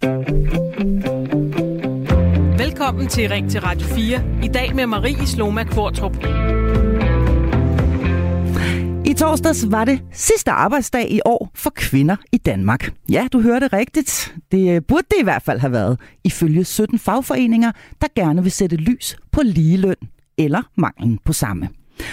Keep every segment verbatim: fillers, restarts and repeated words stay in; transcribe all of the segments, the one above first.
Velkommen til Ring til Radio fire. I dag med Marie Sloma Kvartrup. I torsdags var det sidste arbejdsdag i år for kvinder i Danmark. Ja, du hørte rigtigt. Det burde det i hvert fald have været, ifølge sytten fagforeninger, der gerne vil sætte lys på ligeløn eller manglen på samme.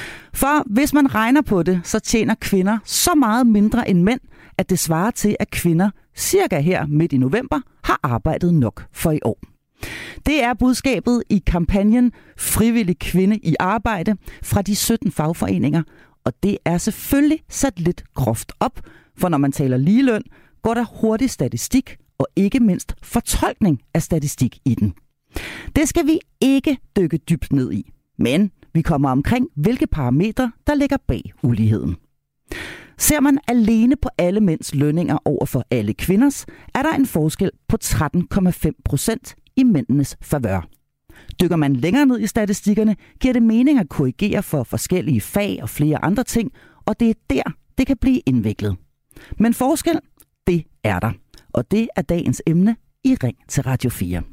For hvis man regner på det, så tjener kvinder så meget mindre end mænd, at det svarer til, at kvinder cirka her midt i november har arbejdet nok for i år. Det er budskabet i kampagnen Frivillig Kvinde i Arbejde fra de sytten fagforeninger, og det er selvfølgelig sat lidt groft op, for når man taler ligeløn, går der hurtig statistik og ikke mindst fortolkning af statistik i den. Det skal vi ikke dykke dybt ned i, men vi kommer omkring, hvilke parametre, der ligger bag uligheden. Ser man alene på alle mænds lønninger over for alle kvinders, er der en forskel på tretten komma fem procent i mændenes favør. Dykker man længere ned i statistikkerne, giver det mening at korrigere for forskellige fag og flere andre ting, og det er der, det kan blive indviklet. Men forskel, det er der, og det er dagens emne i Ring til Radio fire.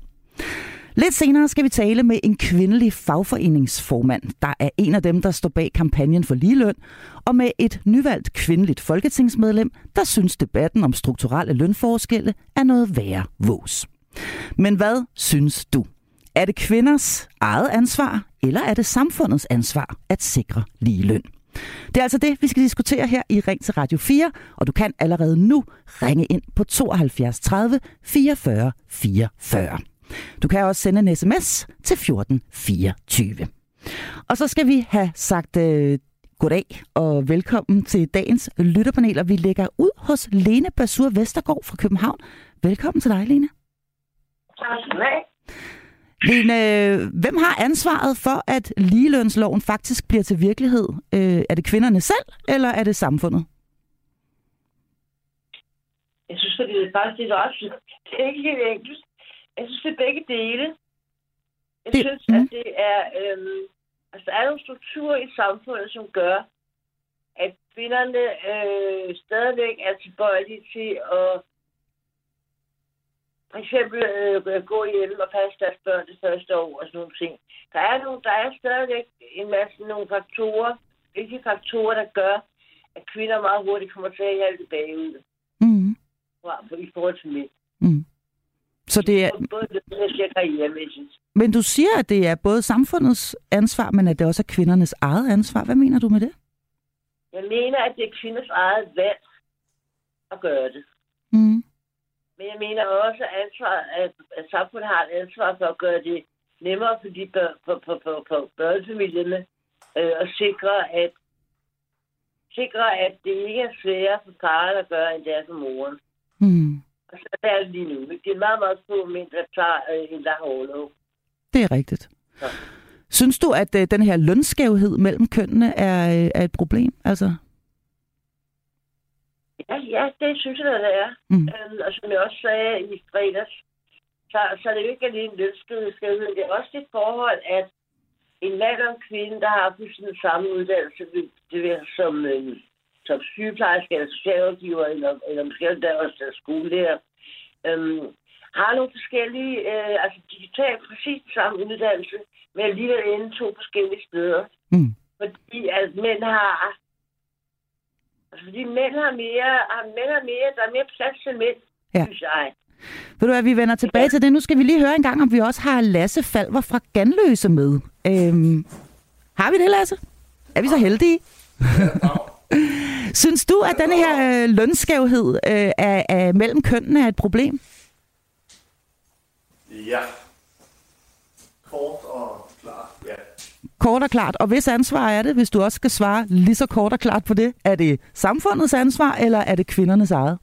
Lidt senere skal vi tale med en kvindelig fagforeningsformand, der er en af dem, der står bag kampagnen for ligeløn, og med et nyvalgt kvindeligt folketingsmedlem, der synes debatten om strukturelle lønforskelle er noget værre vås. Men hvad synes du? Er det kvinders eget ansvar, eller er det samfundets ansvar at sikre ligeløn? Det er altså det, vi skal diskutere her i Ring til Radio fire, og du kan allerede nu ringe ind på tooghalvfjerds tredive fireogfyrre fireogfyrre. Du kan også sende en sms til fjorten fireogtyve. Og så skal vi have sagt øh, goddag og velkommen til dagens lytterpanel, og vi lægger ud hos Lene Basur Vestergaard fra København. Velkommen til dig, Lene. Tak skal du have. Lene, hvem har ansvaret for, at ligelønsloven faktisk bliver til virkelighed? Øh, er det kvinderne selv, eller er det samfundet? Jeg synes, at det er faktisk det er også det er ikke helt enkelt. Jeg synes, det er begge dele. Jeg det, synes, mm. at det er... Øhm, altså, der er nogle strukturer i samfundet, som gør, at kvinderne øh, stadigvæk er tilbøjelige til at for eksempel øh, gå hjem og passe deres børn det første år og sådan nogle ting. Der er, nogle, der er stadigvæk en masse nogle faktorer, hvilke faktorer, der gør, at kvinder meget hurtigt kommer til at hjælpe bagud. Mm. I forhold til mænd. Mm. Så det er... Både det og karrieremæssigt. Men du siger, at det er både samfundets ansvar, men at det også er kvindernes eget ansvar. Hvad mener du med det? Jeg mener, at det er kvinders eget valg at gøre det. Mm. Men jeg mener også, at, ansvar, at, at samfundet har et ansvar for at gøre det nemmere for de bør, på, på, på, på børnefamilierne øh, og sikre at, sikre, at det ikke er sværere for faren at gøre, end det er for moren. Mm. Og så er det lige nu. Det er meget, meget få mænd, der tager øh, en lang overlov. Det er rigtigt. Ja. Synes du, at øh, den her lønskævhed mellem kønnene er, øh, er et problem? Altså... Ja, ja, det synes jeg, at det er. Mm. Øhm, og som jeg også sagde i fredags, så, så er det jo ikke alene lønskævhed. Det er også det forhold, at en mand og en kvinde, der har fuldstændig samme uddannelse, det vil som, øh, som sygeplejerske eller socialrådgiver, eller, eller måske der også der skolelærer, øhm, har nogle forskellige, øh, altså de kan tage præcis den samme uddannelse, men alligevel ende to forskellige steder. Mm. Fordi at mænd har... Altså, fordi mænd har mere, mænd har mere, der er mere plads til mænd, ja. Synes jeg. Ved du hvad, vi vender tilbage ja. til det. Nu skal vi lige høre en gang, om vi også har Lasse Falver fra Ganløse med. Øhm, har vi det, Lasse? Er vi så heldige? Ja. Synes du, at denne her øh, lønskævhed øh, af, af mellem kønnene er et problem? Ja. Kort og klart, ja. Kort og klart. Og hvis ansvar er det, hvis du også skal svare lige så kort og klart på det? Er det samfundets ansvar, eller er det kvindernes eget?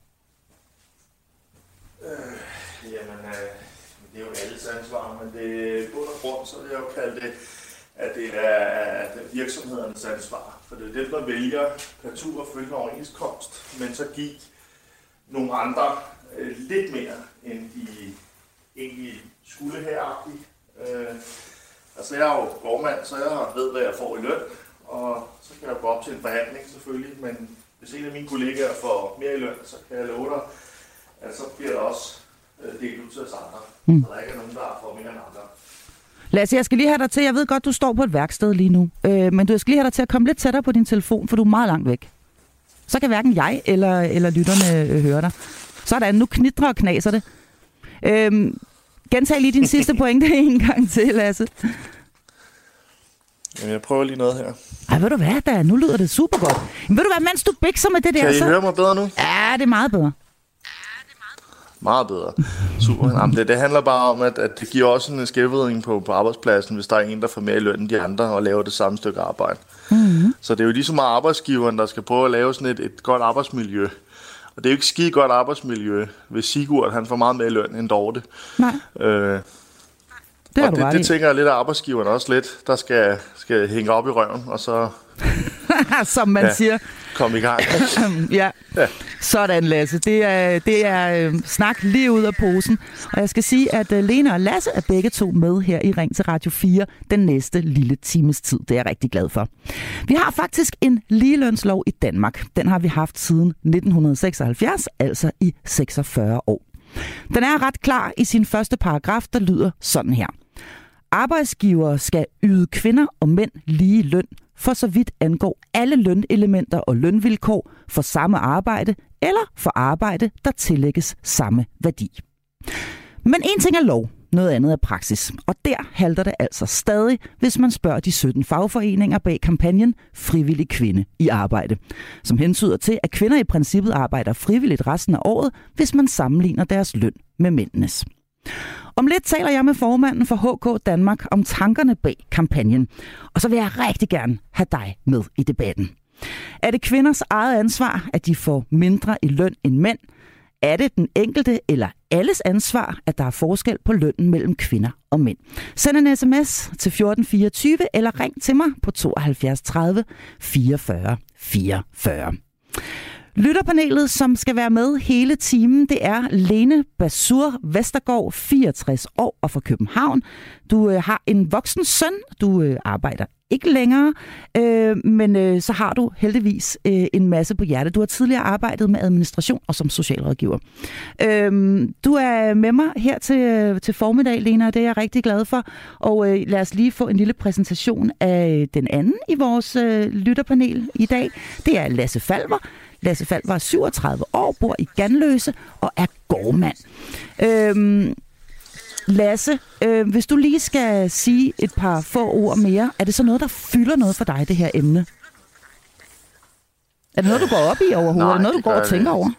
Øh, jamen, øh, det er jo alles ansvar, men det er bund og grund, så vil jeg jo kalde det, at det er virksomhedernes ansvar. For det er dem, der vælger partout at følge en overenskomst, men så give nogle andre øh, lidt mere, end de egentlig skulle have-agtigt. Øh, Altså, jeg er jo gårdmand, så jeg ved, hvad jeg får i løn, og så kan jeg gå op til en forhandling selvfølgelig, men hvis en af mine kollegaer får mere i løn, så kan jeg love dig, at så bliver der også øh, delt ud til os andre. Mm. Så der ikke er nogen, der får mere end andre. Lasse, jeg skal lige have dig til, jeg ved godt, du står på et værksted lige nu, øh, men du skal lige have dig til at komme lidt tættere på din telefon, for du er meget langt væk. Så kan hverken jeg eller, eller lytterne øh, høre dig. Sådan, nu knitrer og knaser det. Øh, gentag lige din sidste pointe en gang til, Lasse. Jamen, jeg prøver lige noget her. Ej, ved du hvad, da? Nu lyder det super godt. Men ved du hvad, mens du bikser med det der, kan I så... høre mig bedre nu? Ja, det er meget bedre. Meget bedre. Super. Jamen, det, det handler bare om, at, at det giver også en skævvridning på, på arbejdspladsen, hvis der er en, der får mere i løn end de andre og laver det samme stykke arbejde. Mm-hmm. Så det er jo ligesom meget arbejdsgiveren, der skal prøve at lave sådan et, et godt arbejdsmiljø. Og det er jo ikke skide godt arbejdsmiljø, hvis Sigurd han får meget mere i løn end Dorte. Nej. Øh, det og det, det tænker jeg lidt af arbejdsgiveren også lidt, der skal, skal hænge op i røven, og så... Som man ja, siger. Kom i gang. ja. ja, sådan Lasse. Det er, det er øh, snak lige ud af posen. Og jeg skal sige, at øh, Lena og Lasse er begge to med her i Ring til Radio fire den næste lille times tid. Det er jeg rigtig glad for. Vi har faktisk en ligelønslov i Danmark. Den har vi haft siden nitten seksoghalvfjerds, altså i seksogfyrre år. Den er ret klar i sin første paragraf, der lyder sådan her. Arbejdsgivere skal yde kvinder og mænd lige løn, for så vidt angår alle lønelementer og lønvilkår for samme arbejde eller for arbejde, der tillægges samme værdi. Men en ting er lov, noget andet er praksis, og der halter det altså stadig, hvis man spørger de sytten fagforeninger bag kampagnen Frivillig Kvinde i Arbejde, som hentyder til, at kvinder i princippet arbejder frivilligt resten af året, hvis man sammenligner deres løn med mændenes. Om lidt taler jeg med formanden for H K Danmark om tankerne bag kampagnen. Og så vil jeg rigtig gerne have dig med i debatten. Er det kvinders eget ansvar, at de får mindre i løn end mænd? Er det den enkelte eller alles ansvar, at der er forskel på lønnen mellem kvinder og mænd? Send en sms til fjorten fireogtyve eller ring til mig på tooghalvfjerds tredive fireogfyrre fireogfyrre. Lytterpanelet, som skal være med hele timen, det er Lene Basur Vestergaard, fireogtres år og fra København. Du øh, har en voksen søn, du øh, arbejder ikke længere, øh, men øh, så har du heldigvis øh, en masse på hjerte. Du har tidligere arbejdet med administration og som socialrådgiver. Øh, du er med mig her til, til formiddag, Lena, og det er jeg rigtig glad for. Og øh, lad os lige få en lille præsentation af den anden i vores øh, lytterpanel i dag. Det er Lasse Falver. Lasse Falver er syvogtredive år, bor i Ganløse og er gårdmand. Øhm, Lasse, øh, hvis du lige skal sige et par få ord mere, er det så noget, der fylder noget for dig, det her emne? Er det noget, du går op i overhovedet? Nej, er det noget, du går og tænker over?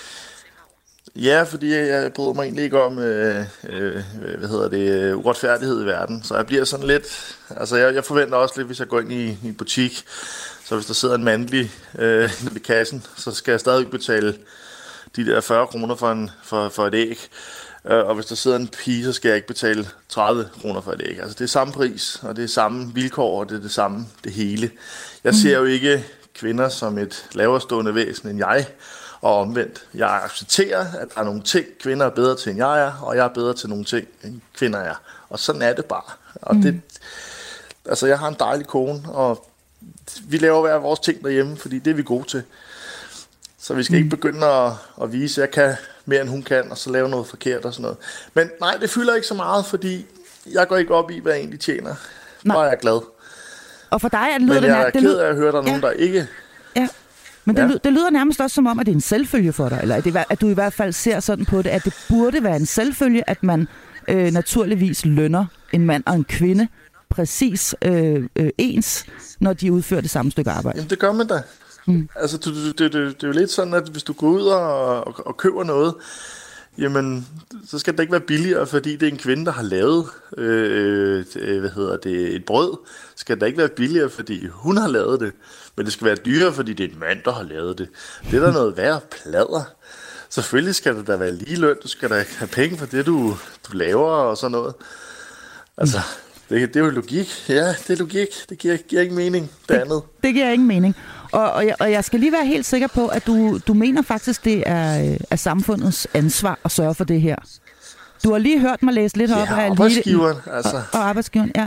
Ja, fordi jeg bryder mig egentlig ikke om, øh, øh, hvad hedder det, uretfærdighed i verden. Så jeg bliver sådan lidt, altså jeg, jeg forventer også lidt, hvis jeg går ind i, i en butik, så hvis der sidder en mandlig øh, ved kassen, så skal jeg stadig betale de der fyrre kroner for, en, for, for et æg. Og hvis der sidder en pige, så skal jeg ikke betale tredive kroner for et æg. Altså det er samme pris, og det er samme vilkår, og det er det samme det hele. Jeg ser jo ikke kvinder som et lavere stående væsen end jeg, og omvendt. Jeg accepterer, at der er nogle ting, kvinder er bedre til, end jeg er, og jeg er bedre til nogle ting, end kvinder er. Og sådan er det bare. Og det, altså jeg har en dejlig kone, og vi laver hver vores ting derhjemme, fordi det er vi gode til. Så vi skal ikke begynde at, at vise, at jeg kan mere end hun kan, og så lave noget forkert og sådan noget. Men nej, det fylder ikke så meget, fordi jeg går ikke op i, hvad jeg egentlig tjener. Nej. Bare er jeg glad. Og for dig er det lyder Men jeg er det, ked af at høre, at der er ja. nogen, der ikke... Ja. Men det, ja. lyder, det lyder nærmest også som om, at det er en selvfølge for dig, eller at, det, at du i hvert fald ser sådan på det, at det burde være en selvfølge, at man øh, naturligvis lønner en mand og en kvinde præcis øh, øh, ens, når de udfører det samme stykke arbejde. Jamen det gør man da. Mm. Altså det, det, det, det er jo lidt sådan, at hvis du går ud og, og, og køber noget, jamen så skal det ikke være billigere, fordi det er en kvinde, der har lavet øh, hvad hedder det, et brød. Skal det ikke være billigere, fordi hun har lavet det. Men det skal være dyrere, fordi det er en mand, der har lavet det. Det er der noget værre pladder. Selvfølgelig skal det da være lige løn. Du skal da have penge for det, du, du laver og sådan noget. Altså, det, det er jo logik. Ja, det er logik. Det giver, giver ikke mening, det, det andet. Det giver ingen mening. Og, og, jeg, og jeg skal lige være helt sikker på, at du, du mener faktisk, det er, er samfundets ansvar at sørge for det her. Du har lige hørt mig læse lidt ja, op af... arbejdsgiveren, lige, altså. Og, og arbejdsgiveren, ja.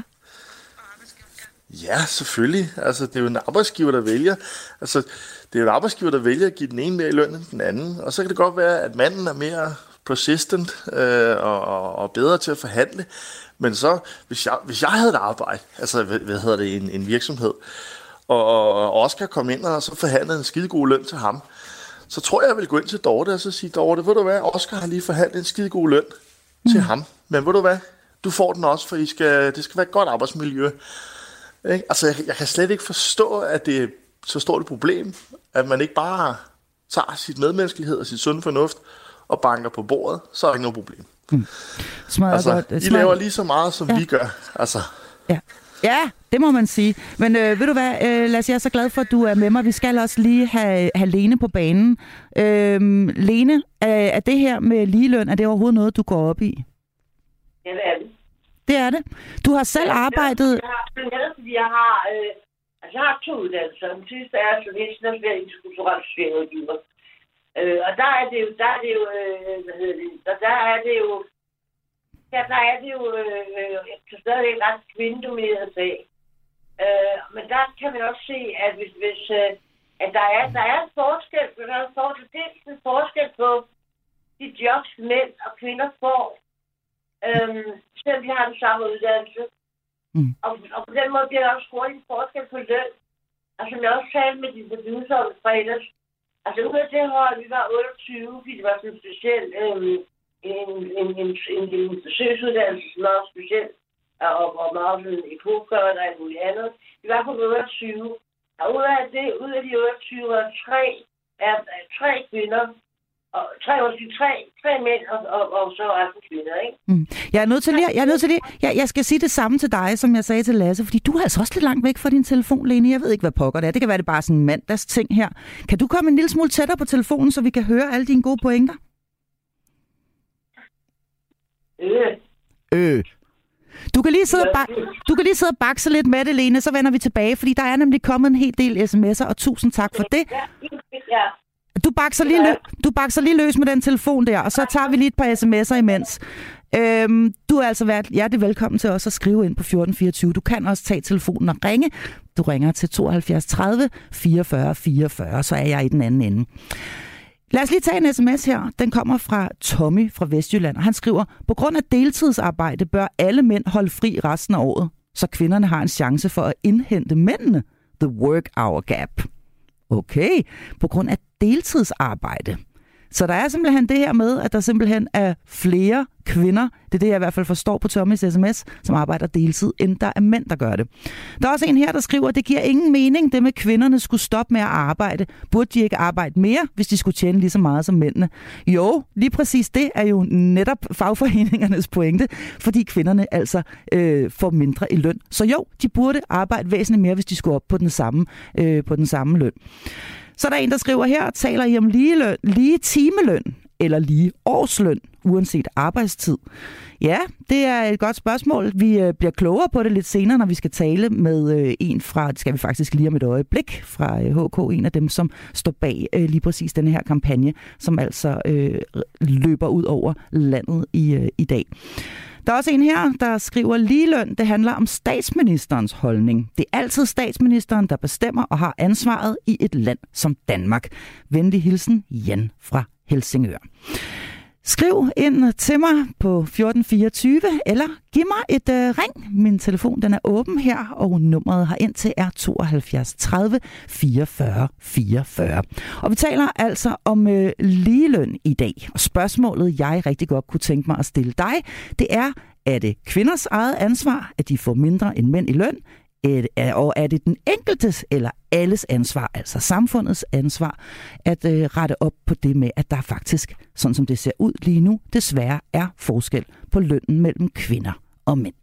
Ja, selvfølgelig. Altså, det er jo en arbejdsgiver, der vælger. Altså, det er jo en arbejdsgiver, der vælger at give den ene mere i løn end den anden. Og så kan det godt være, at manden er mere persistent øh, og, og, og bedre til at forhandle. Men så, hvis jeg, hvis jeg havde et arbejde, altså hvad, hvad hedder det, en, en virksomhed, og, og Oscar kom ind og så forhandlede en skidegod løn til ham, så tror jeg, jeg ville gå ind til Dorte og så sige, Dorte, ved du hvad, Oscar har lige forhandlet en skidegod løn mm. til ham. Men ved du hvad, du får den også, for I skal, det skal være et godt arbejdsmiljø. Ikke? Altså, jeg, jeg kan slet ikke forstå, at det er så stort et problem, at man ikke bare tager sit medmenneskelighed og sit sunde fornuft og banker på bordet, så er der ikke noget problem. Mm. Smart, altså, godt. I Smart. laver lige så meget, som ja. vi gør. Altså. Ja. Ja, det må man sige. Men øh, ved du hvad, øh, Lasse, jeg er så glad for, at du er med mig. Vi skal også lige have, have Lene på banen. Øh, Lene, er, er det her med ligeløn, er det overhovedet noget, du går op i? Ja, det er det. Det er det. Du har selv ja, arbejdet... Jeg har, fordi jeg har, øh, altså, jeg har to uddannelser. Den sidste er journalist og interkulturel socialrådgiver. Øh, og der er det jo, der er det jo, øh, hvad hedder det, der, der er det jo, ja, der er det jo, øh, øh, stadig en ret kvindedomineret sag. Øh, men der kan man også se, at hvis, hvis øh, at der er, der er en forskel, der er en forskel, det er en forskel på de jobs, mænd og kvinder får, øh, selvom de har den samme uddannelse. Mm. Og, og på den måde bliver der også hurtigt en forskel på løn. Altså, som jeg også talte med de producer om fredags, altså ud af det hold, vi var otteogtyve, fordi det var sådan en speciel, øh, en, en, en, en, en forsøgsuddannelse, som var speciel, og, og meget sådan epokegørende og alt muligt andet. Vi var på otteogtyve, og ud af det, ud af de otteogtyve, var tre, er, er tre kvinder, og tre, tre, tre mænd, og, og, og så resten kvinder, ikke? Mm. Jeg er nødt til lige, jeg er nødt til lige, jeg, jeg skal sige det samme til dig, som jeg sagde til Lasse, fordi du er altså også lidt langt væk fra din telefon, Lene. Jeg ved ikke, hvad pokker det er. Det kan være, det er bare sådan en mandags ting her. Kan du komme en lille smule tættere på telefonen, så vi kan høre alle dine gode pointer? Øh. Øh. Du kan lige sidde og bak- du kan lige sidde og bakse lidt med det, Lene, så vender vi tilbage, fordi der er nemlig kommet en hel del sms'er, og tusind tak for det. Ja. Du bakser lige, lø- du bakser lige løs med den telefon der, og så tager vi lige et par sms'er imens. Øhm, du er altså været hjertelig velkommen til os at skrive ind på fjorten fireogtyve. Du kan også tage telefonen og ringe. Du ringer til tooghalvfjerds tredive fireogfyrre fireogfyrre, så er jeg i den anden ende. Lad os lige tage en sms her. Den kommer fra Tommy fra Vestjylland, og han skriver, på grund af deltidsarbejde bør alle mænd holde fri resten af året, så kvinderne har en chance for at indhente mændene. The work hour gap. Okay, på grund af deltidsarbejde. Så der er simpelthen det her med, at der simpelthen er flere kvinder, det er det, jeg i hvert fald forstår på Tommys sms, som arbejder deltid, end der er mænd, der gør det. Der er også en her, der skriver, at det giver ingen mening, det med kvinderne skulle stoppe med at arbejde. Burde de ikke arbejde mere, hvis de skulle tjene lige så meget som mændene? Jo, lige præcis det er jo netop fagforeningernes pointe, fordi kvinderne altså øh, får mindre i løn. Så jo, de burde arbejde væsentligt mere, hvis de skulle op på den samme, øh, på den samme løn. Så er der en, der skriver her, taler I om lige, løn, lige timeløn eller lige årsløn, uanset arbejdstid? Ja, det er et godt spørgsmål. Vi øh, bliver klogere på det lidt senere, når vi skal tale med øh, en fra, det skal vi faktisk lige om et øjeblik, fra øh, H K, en af dem, som står bag øh, lige præcis denne her kampagne, som altså øh, løber ud over landet i, øh, i dag. Der er også en her, der skriver, ligeløn, det handler om statsministerens holdning. Det er altid statsministeren, der bestemmer og har ansvaret i et land som Danmark. Venlig hilsen, Jan fra Helsingør. Skriv ind til mig på fjorten fireogtyve, eller giv mig et øh, ring. Min telefon den er åben her, og nummeret herind til er tooghalvfjerds tredive fireogfyrre fireogfyrre. Og vi taler altså om øh, ligeløn i dag. Og spørgsmålet, jeg rigtig godt kunne tænke mig at stille dig, det er, er det kvinders eget ansvar, at de får mindre end mænd i løn? Og er det den enkeltes eller alles ansvar, altså samfundets ansvar, at øh, rette op på det med, at der faktisk, sådan som det ser ud lige nu, desværre er forskel på lønnen mellem kvinder og mænd.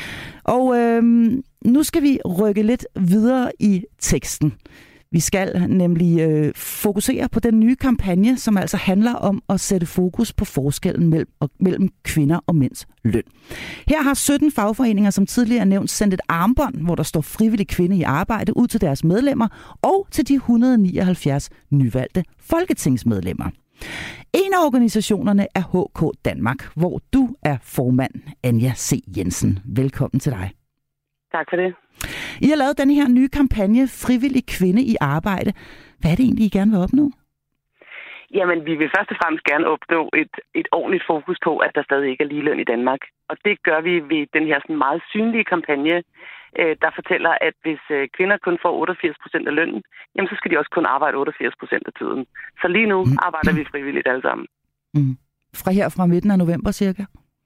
Og øh, nu skal vi rykke lidt videre i teksten. Vi skal nemlig øh, fokusere på den nye kampagne, som altså handler om at sætte fokus på forskellen mellem, og, mellem kvinder og mænds løn. Her har sytten fagforeninger, som tidligere nævnt, sendt et armbånd, hvor der står frivillig kvinde i arbejde, ud til deres medlemmer og til de et hundrede nioghalvfjerds nyvalgte folketingsmedlemmer. En af organisationerne er H K Danmark, hvor du er formand, Anja C. Jensen. Velkommen til dig. Tak for det. I har lavet den her nye kampagne, Frivillig Kvinde i Arbejde. Hvad er det egentlig, I gerne vil opnå? Jamen, vi vil først og fremmest gerne opnå et, et ordentligt fokus på, at der stadig ikke er ligeløn i Danmark. Og det gør vi ved den her sådan meget synlige kampagne, øh, der fortæller, at hvis øh, kvinder kun får otteogfirs procent af lønnen, jamen så skal de også kun arbejde otteogfirs procent af tiden. Så lige nu arbejder vi frivilligt alle sammen. Mm. Fra her fra midten af november cirka?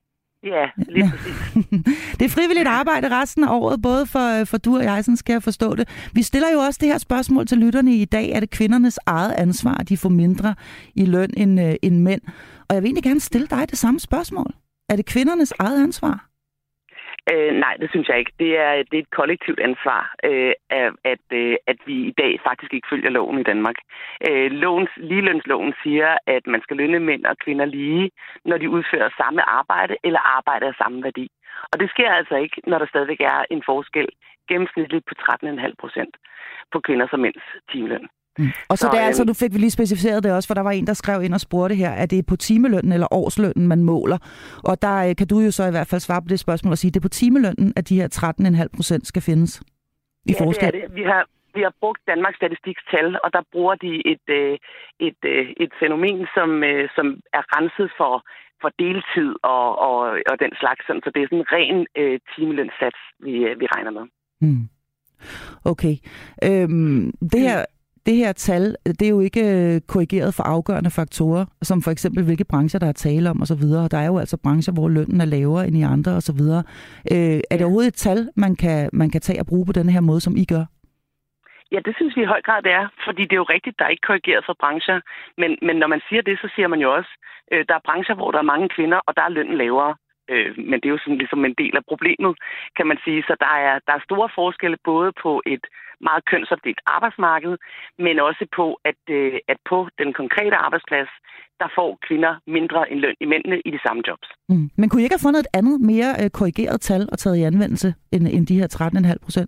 Ja, lige præcis. Det er frivilligt arbejde resten af året, både for, for du og jeg, sådan skal jeg forstå det. Vi stiller jo også det her spørgsmål til lytterne i dag. Er det kvindernes eget ansvar, at de får mindre i løn end, øh, end mænd? Og jeg vil egentlig gerne stille dig det samme spørgsmål. Er det kvindernes eget ansvar? Øh, nej, det synes jeg ikke. Det er, det er et kollektivt ansvar, øh, at, øh, at vi i dag faktisk ikke følger loven i Danmark. Øh, lovens, ligelønsloven siger, at man skal lønne mænd og kvinder lige, når de udfører samme arbejde eller arbejder af samme værdi. Og det sker altså ikke, når der stadigvæk er en forskel gennemsnitligt på tretten komma fem procent på kvinders og mænds timeløn. Mm. Og så, så det er altså, du fik vi lige specificeret det også, for der var en, der skrev ind og spurgte her, at det er på timelønnen eller årslønnen, man måler. Og der kan du jo så i hvert fald svare på det spørgsmål og sige, at det er på timelønnen, at de her tretten komma fem procent skal findes i ja, forskel. Det er det. Vi har, vi har brugt Danmarks Statistiks tal, og der bruger de et, et, et, et fænomen, som, som er renset for, for deltid og, og, og den slags. Så det er sådan en ren øh, timelønssats, vi, vi regner med. Mm. Okay. Øhm, det her... Det her tal, det er jo ikke korrigeret for afgørende faktorer, som for eksempel hvilke brancher, der er tale om osv. Der er jo altså brancher, hvor lønnen er lavere end i andre osv. Øh, er det overhovedet et tal, man kan, man kan tage og bruge på den her måde, som I gør? Ja, det synes vi i høj grad, det er. Fordi det er jo rigtigt, der er ikke korrigeret for brancher. Men, men når man siger det, så siger man jo også, øh, der er brancher, hvor der er mange kvinder, og der er lønnen lavere. Øh, men det er jo sådan ligesom en del af problemet, kan man sige. Så der er, der er store forskelle både på et meget kønsopdelt arbejdsmarked, men også på, at, øh, at på den konkrete arbejdsplads, der får kvinder mindre end løn i mændene i de samme jobs. Mm. Men kunne I ikke have fundet et andet, mere øh, korrigeret tal og taget i anvendelse end, end de her tretten komma fem procent?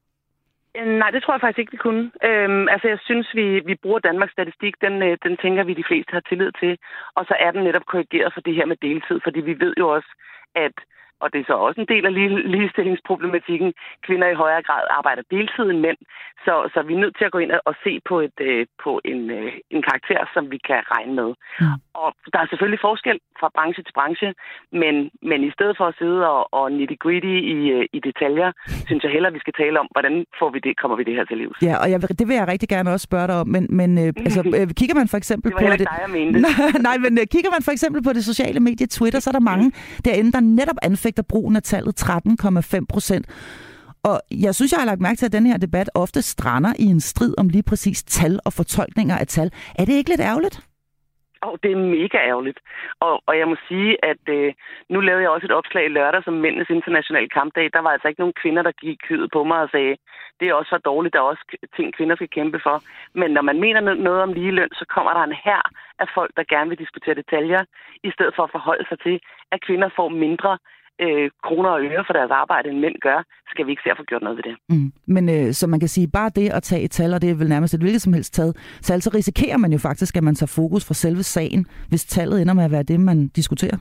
Nej, det tror jeg faktisk ikke, vi kunne. Øhm, altså, jeg synes, vi, vi bruger Danmarks Statistik. Den, den tænker vi, de fleste har tillid til. Og så er den netop korrigeret for det her med deltid, fordi vi ved jo også, at, og det er så også en del af ligestillingsproblematikken, kvinder i højere grad arbejder deltid end mænd. Så, så vi er nødt til at gå ind og se på, et, på en, en karakter, som vi kan regne med. Mm. Og der er selvfølgelig forskel fra branche til branche, men, men i stedet for at sidde og, og nitty-gritty i, i detaljer, synes jeg hellere, vi skal tale om, hvordan får vi det, kommer vi det her til livs. Ja, og jeg, det vil jeg rigtig gerne også spørge dig om, men, men øh, altså, øh, kigger man for eksempel det var på heller det... ikke dig, jeg mente. Nej, men øh, kigger man for eksempel på det sociale medie Twitter, så er der mange derinde, der netop anfægter brugen af tallet tretten komma fem procent. Og jeg synes, jeg har lagt mærke til, at den her debat ofte strander i en strid om lige præcis tal og fortolkninger af tal. Er det ikke lidt ærgerligt? Åh, oh, det er mega ærgerligt. Og, og jeg må sige, at øh, nu lavede jeg også et opslag i lørdag som Mændenes Internationale Kampdag. Der var altså ikke nogen kvinder, der gik kydet på mig og sagde, det er også for dårligt, der er også ting, kvinder skal kæmpe for. Men når man mener noget om ligeløn, så kommer der en hær af folk, der gerne vil diskutere detaljer, i stedet for at forholde sig til, at kvinder får mindre øh, kroner og øre for deres arbejde, end mænd gør, skal vi ikke se at få gjort noget ved det. Mm. Men øh, så man kan sige, bare det at tage et tal, og det er vel nærmest et hvilket som helst tal, så risikerer man jo faktisk, at man tager fokus fra selve sagen, hvis tallet ender med at være det, man diskuterer.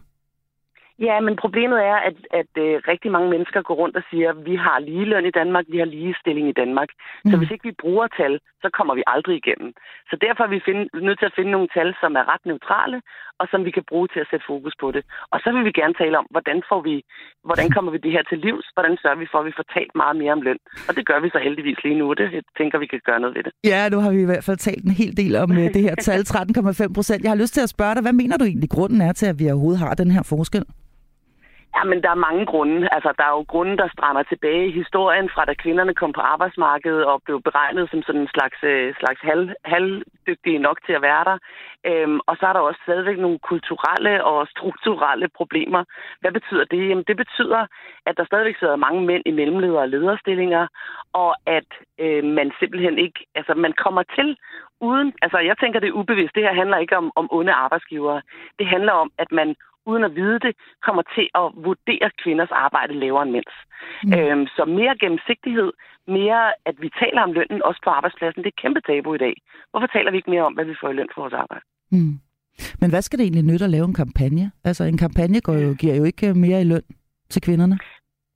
Ja, men problemet er, at, at uh, rigtig mange mennesker går rundt og siger, at vi har ligeløn i Danmark, vi har ligestilling i Danmark. Mm. Så hvis ikke vi bruger tal, så kommer vi aldrig igennem. Så derfor er vi finde, nødt til at finde nogle tal, som er ret neutrale, og som vi kan bruge til at sætte fokus på det. Og så vil vi gerne tale om, hvordan, får vi, hvordan kommer vi det her til livs? Hvordan sørger vi for, at vi får talt meget mere om løn? Og det gør vi så heldigvis lige nu, det jeg tænker, vi kan gøre noget ved det. Ja, nu har vi i hvert fald talt en hel del om det her tal, tretten komma fem procent. Jeg har lyst til at spørge dig, hvad mener du egentlig grunden er til, at vi overhovedet har den her forskel? Ja, men der er mange grunde. Altså, der er jo grunde, der strander tilbage i historien fra, da kvinderne kom på arbejdsmarkedet og blev beregnet som sådan en slags, slags halv, halvdygtige nok til at være der. Øhm, og så er der også stadigvæk nogle kulturelle og strukturelle problemer. Hvad betyder det? Jamen, det betyder, at der stadigvæk sidder mange mænd i mellemledere og lederstillinger, og at øh, man simpelthen ikke, altså man kommer til uden, altså jeg tænker, det er ubevidst. Det her handler ikke om, om onde arbejdsgivere. Det handler om, at man uden at vide det, kommer til at vurdere kvinders arbejde lavere end mænds. Mm. Øhm, så mere gennemsigtighed, mere at vi taler om lønnen også på arbejdspladsen, det er et kæmpe tabu i dag. Hvorfor taler vi ikke mere om, hvad vi får i løn for vores arbejde? Mm. Men hvad skal det egentlig nytte at lave en kampagne? Altså en kampagne går jo, giver jo ikke mere i løn til kvinderne.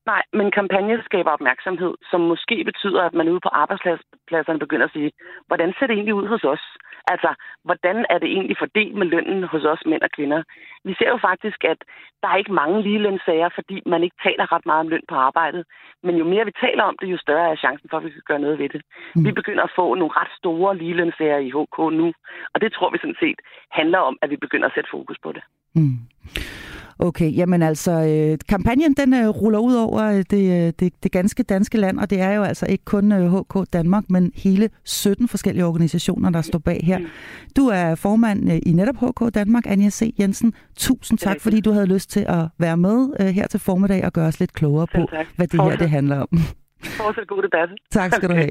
Nej, men kampagne skaber opmærksomhed, som måske betyder, at man ude på arbejdspladserne begynder at sige, hvordan ser det egentlig ud hos os? Altså, hvordan er det egentlig fordelt med lønnen hos os mænd og kvinder? Vi ser jo faktisk, at der er ikke mange ligelønssager, fordi man ikke taler ret meget om løn på arbejdet. Men jo mere vi taler om det, jo større er chancen for, at vi kan gøre noget ved det. Mm. Vi begynder at få nogle ret store ligelønssager i H K nu, og det tror vi sådan set handler om, at vi begynder at sætte fokus på det. Mm. Okay, jamen altså, øh, kampagnen den øh, ruller ud over det, det, det ganske danske land, og det er jo altså ikke kun øh, H K Danmark, men hele sytten forskellige organisationer, der står bag her. Du er formand øh, i netop H K Danmark, Anja C. Jensen. Tusind tak, fordi du havde lyst til at være med øh, her til formiddag og gøre os lidt klogere på, hvad det her det handler om. Fortsæt god debat. Tak skal okay. du have.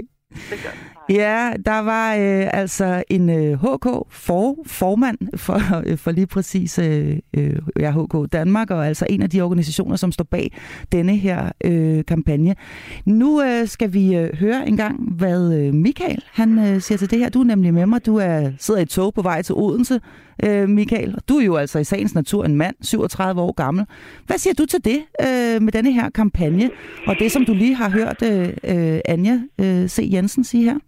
Ja, der var øh, altså en øh, H K for, formand for, øh, for lige præcis øh, øh, ja, H K Danmark, og altså en af de organisationer, som står bag denne her øh, kampagne. Nu øh, skal vi øh, høre en gang, hvad øh, Michael han øh, siger til det her. Du er nemlig med mig. Du er, sidder i et tog på vej til Odense, øh, Michael. Du er jo altså i sagens natur en mand, syvogtredive år gammel. Hvad siger du til det øh, med denne her kampagne, og det, som du lige har hørt øh, øh, Anja øh, C. Jensen sige her?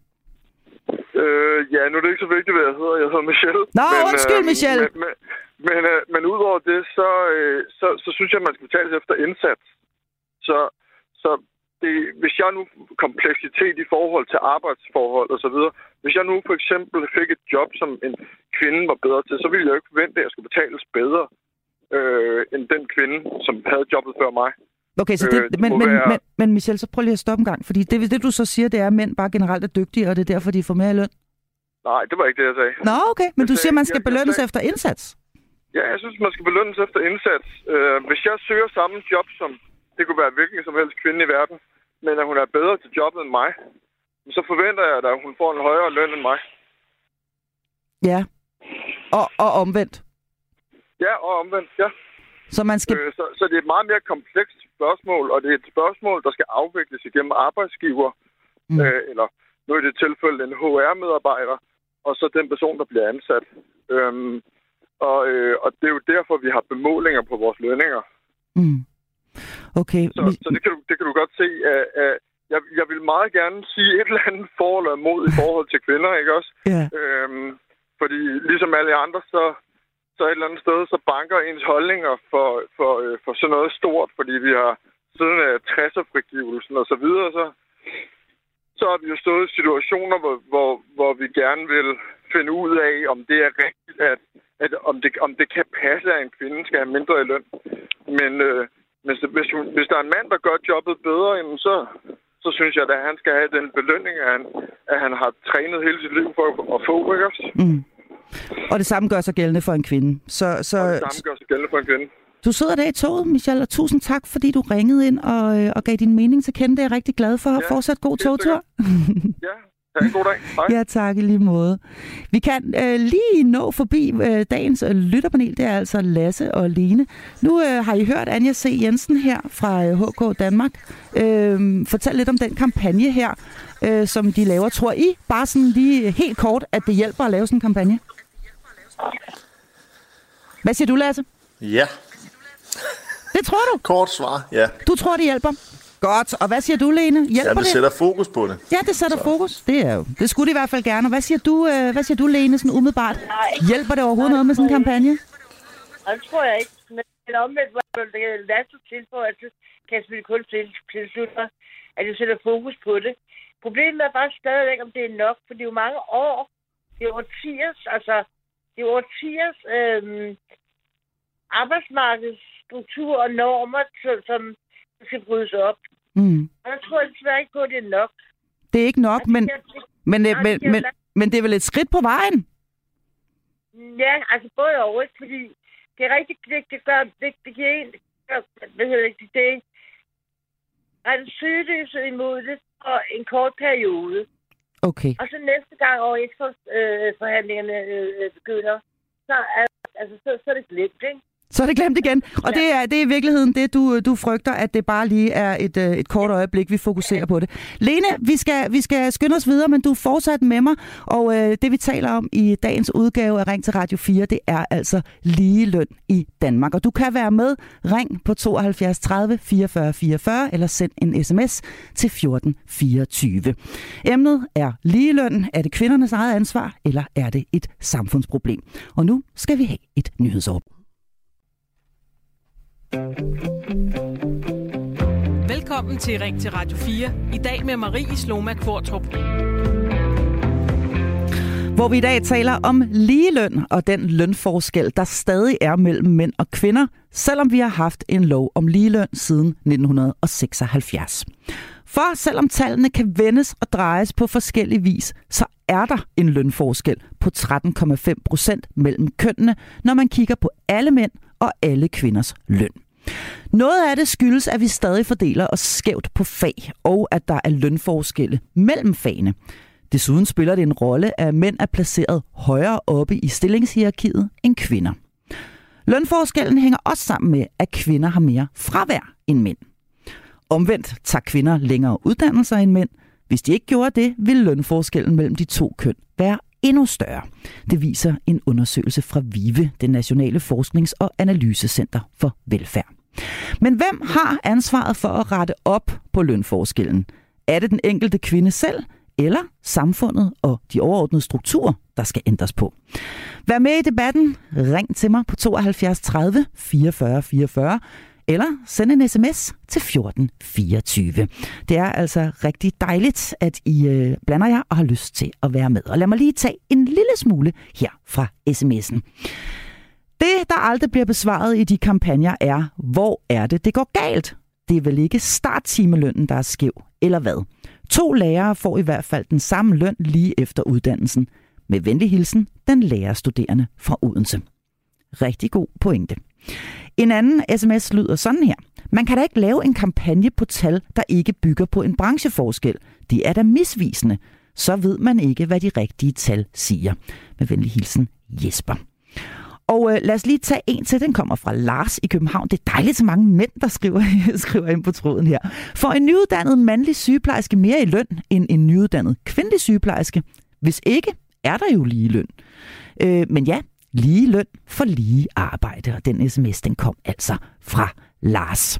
Øh, ja, nu er det ikke så vigtigt, hvad jeg hedder. Jeg hedder Michelle. Nå, men, undskyld, øh, Michelle. Men, men, men, øh, men udover det, så, øh, så, så synes jeg, at man skal betales efter indsats. Så, så det, hvis jeg nu kompleksitet i forhold til arbejdsforhold og så videre, hvis jeg nu for eksempel fik et job, som en kvinde var bedre til, så ville jeg jo ikke forvente, at jeg skulle betales bedre øh, end den kvinde, som havde jobbet før mig. Okay, så det, øh, det men, men, være... men, men Michelle, så prøv lige at stoppe en gang, fordi det, det du så siger, det er, at mænd bare generelt er dygtige, og det er derfor, de får mere i løn? Nej, det var ikke det, jeg sagde. Nå, okay, men jeg du sagde, siger, at man skal jeg, belønnes jeg sagde... efter indsats? Ja, jeg synes, man skal belønnes efter indsats. Øh, hvis jeg søger samme job, som det kunne være hvilken som helst kvinde i verden, men at hun er bedre til jobbet end mig, så forventer jeg, at hun får en højere løn end mig. Ja, og, og omvendt? Ja, og omvendt, ja. Så, man skal... øh, så, så det er et meget mere komplekst spørgsmål, og det er et spørgsmål, der skal afvikles igennem arbejdsgiver, mm. øh, eller nu i det tilfælde en H R-medarbejder, og så den person, der bliver ansat. Øhm, og, øh, og det er jo derfor, vi har bemålinger på vores lønninger. Mm. Okay. Så, så det, kan du, det kan du godt se. At, at jeg, jeg vil meget gerne sige et eller andet for eller imod i forhold til kvinder, ikke også? Yeah. Øhm, fordi ligesom alle andre, så så et eller andet sted, så banker ens holdninger for, for, øh, for sådan noget stort, fordi vi har siden af tresser-frigivelsen og så videre, så, så har vi jo stået i situationer, hvor, hvor, hvor vi gerne vil finde ud af, om det er rigtigt, at, at om, det, om det kan passe, at en kvinde skal have mindre i løn. Men øh, hvis, hvis, hvis der er en mand, der gør jobbet bedre, jamen så, så synes jeg, at han skal have den belønning, at han, at han har trænet hele sit liv for at få, ikke også? Mm. Og det samme gør sig gældende for en kvinde. Så, så, og det samme gør sig gældende for en kvinde. Du sidder der i toget, Michelle, og tusind tak, fordi du ringede ind og, og gav din mening til kende. Det er jeg rigtig glad for. Ja, fortsat god togtur. Ja, ha' en god dag. Hej. Ja, tak i lige måde. Vi kan øh, lige nå forbi øh, dagens øh, lytterpanel. Det er altså Lasse og Lene. Nu øh, har I hørt Anja C. Jensen her fra øh, H K Danmark. Øh, fortæl lidt om den kampagne her, øh, som de laver. Tror I, bare sådan lige helt kort, at det hjælper at lave sådan en kampagne? Hvad siger du, Lasse? Ja. Det tror du? Kort svar, ja. Du tror, det hjælper? Godt. Og hvad siger du, Lene? Hjælper ja, det? sætter fokus på det. Ja, det sætter så. fokus. Det er jo. Det skulle det i hvert fald gerne. Og hvad siger du, øh, hvad siger du, Lene, sådan umiddelbart? Nej. Hjælper det overhovedet Nej, noget med sådan en kampagne? Nej, det tror jeg ikke. Men omvendt, hvor det Lasse tilføjer, så kan jeg selvfølgelig kun tilslutte mig, at det sætter fokus på det. Problemet er bare stadigvæk, om det er nok, for det er jo mange år. Det er årtiers, altså, det er årtiers øhm, arbejdsmarkedsstruktur og normer, som skal brydes op. Mm. Og jeg tror desværre ikke på, at det er nok. Det er ikke nok, altså, men, jeg, men, jeg, men, men, men det er vel et skridt på vejen? Ja, altså både og ikke, fordi det er rigtig, det, det gør, det, det giver en, hvad hedder det, det er ret søgeløse imod det for en kort periode. Okay. Og så næste gang overenskomstforhandlingerne øh, begynder, så er, altså, så, så er det glemt, ikke? Så er det glemt igen. Og ja. det, er, det er i virkeligheden det, du, du frygter, at det bare lige er et, et kort øjeblik, vi fokuserer på det. Lene, vi skal, vi skal skynde os videre, men du er fortsat med mig. Og øh, det, vi taler om i dagens udgave af Ring til Radio fire, det er altså ligeløn i Danmark. Og du kan være med. Ring på tooghalvfjerds tredive fireogfyrre fireogfyrre eller send en sms til fjorten fireogtyve. Emnet er ligeløn. Er det kvindernes eget ansvar, eller er det et samfundsproblem? Og nu skal vi have et nyhedsoverblik. Velkommen til Ring til Radio fire. I dag med Marie Sloma Kvartrup. Hvor vi i dag taler om ligeløn og den lønforskel, der stadig er mellem mænd og kvinder, selvom vi har haft en lov om ligeløn siden nitten seksoghalvfjerds. For selvom tallene kan vendes og drejes på forskellig vis, så er der en lønforskel på tretten komma fem procent mellem kønnene, når man kigger på alle mænd og alle kvinders løn. Noget af det skyldes, at vi stadig fordeler os skævt på fag, og at der er lønforskelle mellem fagene. Desuden spiller det en rolle, at mænd er placeret højere oppe i stillingshierarkiet end kvinder. Lønforskellen hænger også sammen med, at kvinder har mere fravær end mænd. Omvendt tager kvinder længere uddannelser end mænd. Hvis de ikke gjorde det, ville lønforskellen mellem de to køn være endnu større. Det viser en undersøgelse fra VIVE, det Nationale Forsknings- og Analysecenter for Velfærd. Men hvem har ansvaret for at rette op på lønforskellen? Er det den enkelte kvinde selv, eller samfundet og de overordnede strukturer, der skal ændres på? Vær med i debatten. Ring til mig på tooghalvfjerds tredive fireogfyrre fireogfyrre. Eller send en sms til fjorten fireogtyve. Det er altså rigtig dejligt, at I øh, blander jer og har lyst til at være med. Og lad mig lige tage en lille smule her fra sms'en. Det, der aldrig bliver besvaret i de kampagner, er, hvor er det, det går galt? Det er vel ikke starttimelønnen, der er skæv, eller hvad? To lærere får i hvert fald den samme løn lige efter uddannelsen. Med venlig hilsen, den lærerstuderende fra Odense. Rigtig god pointe. En anden sms lyder sådan her. Man kan da ikke lave en kampagne på tal, der ikke bygger på en brancheforskel. Det er da misvisende. Så ved man ikke, hvad de rigtige tal siger. Med venlig hilsen, Jesper. Og øh, lad os lige tage en til. Den kommer fra Lars i København. Det er dejligt så mange mænd, der skriver, skriver ind på tråden her. For en nyuddannet mandlig sygeplejerske mere i løn end en nyuddannet kvindelig sygeplejerske? Hvis ikke, er der jo lige løn. Øh, men ja, lige løn for lige arbejde. Og den sms, den kom altså fra Lars.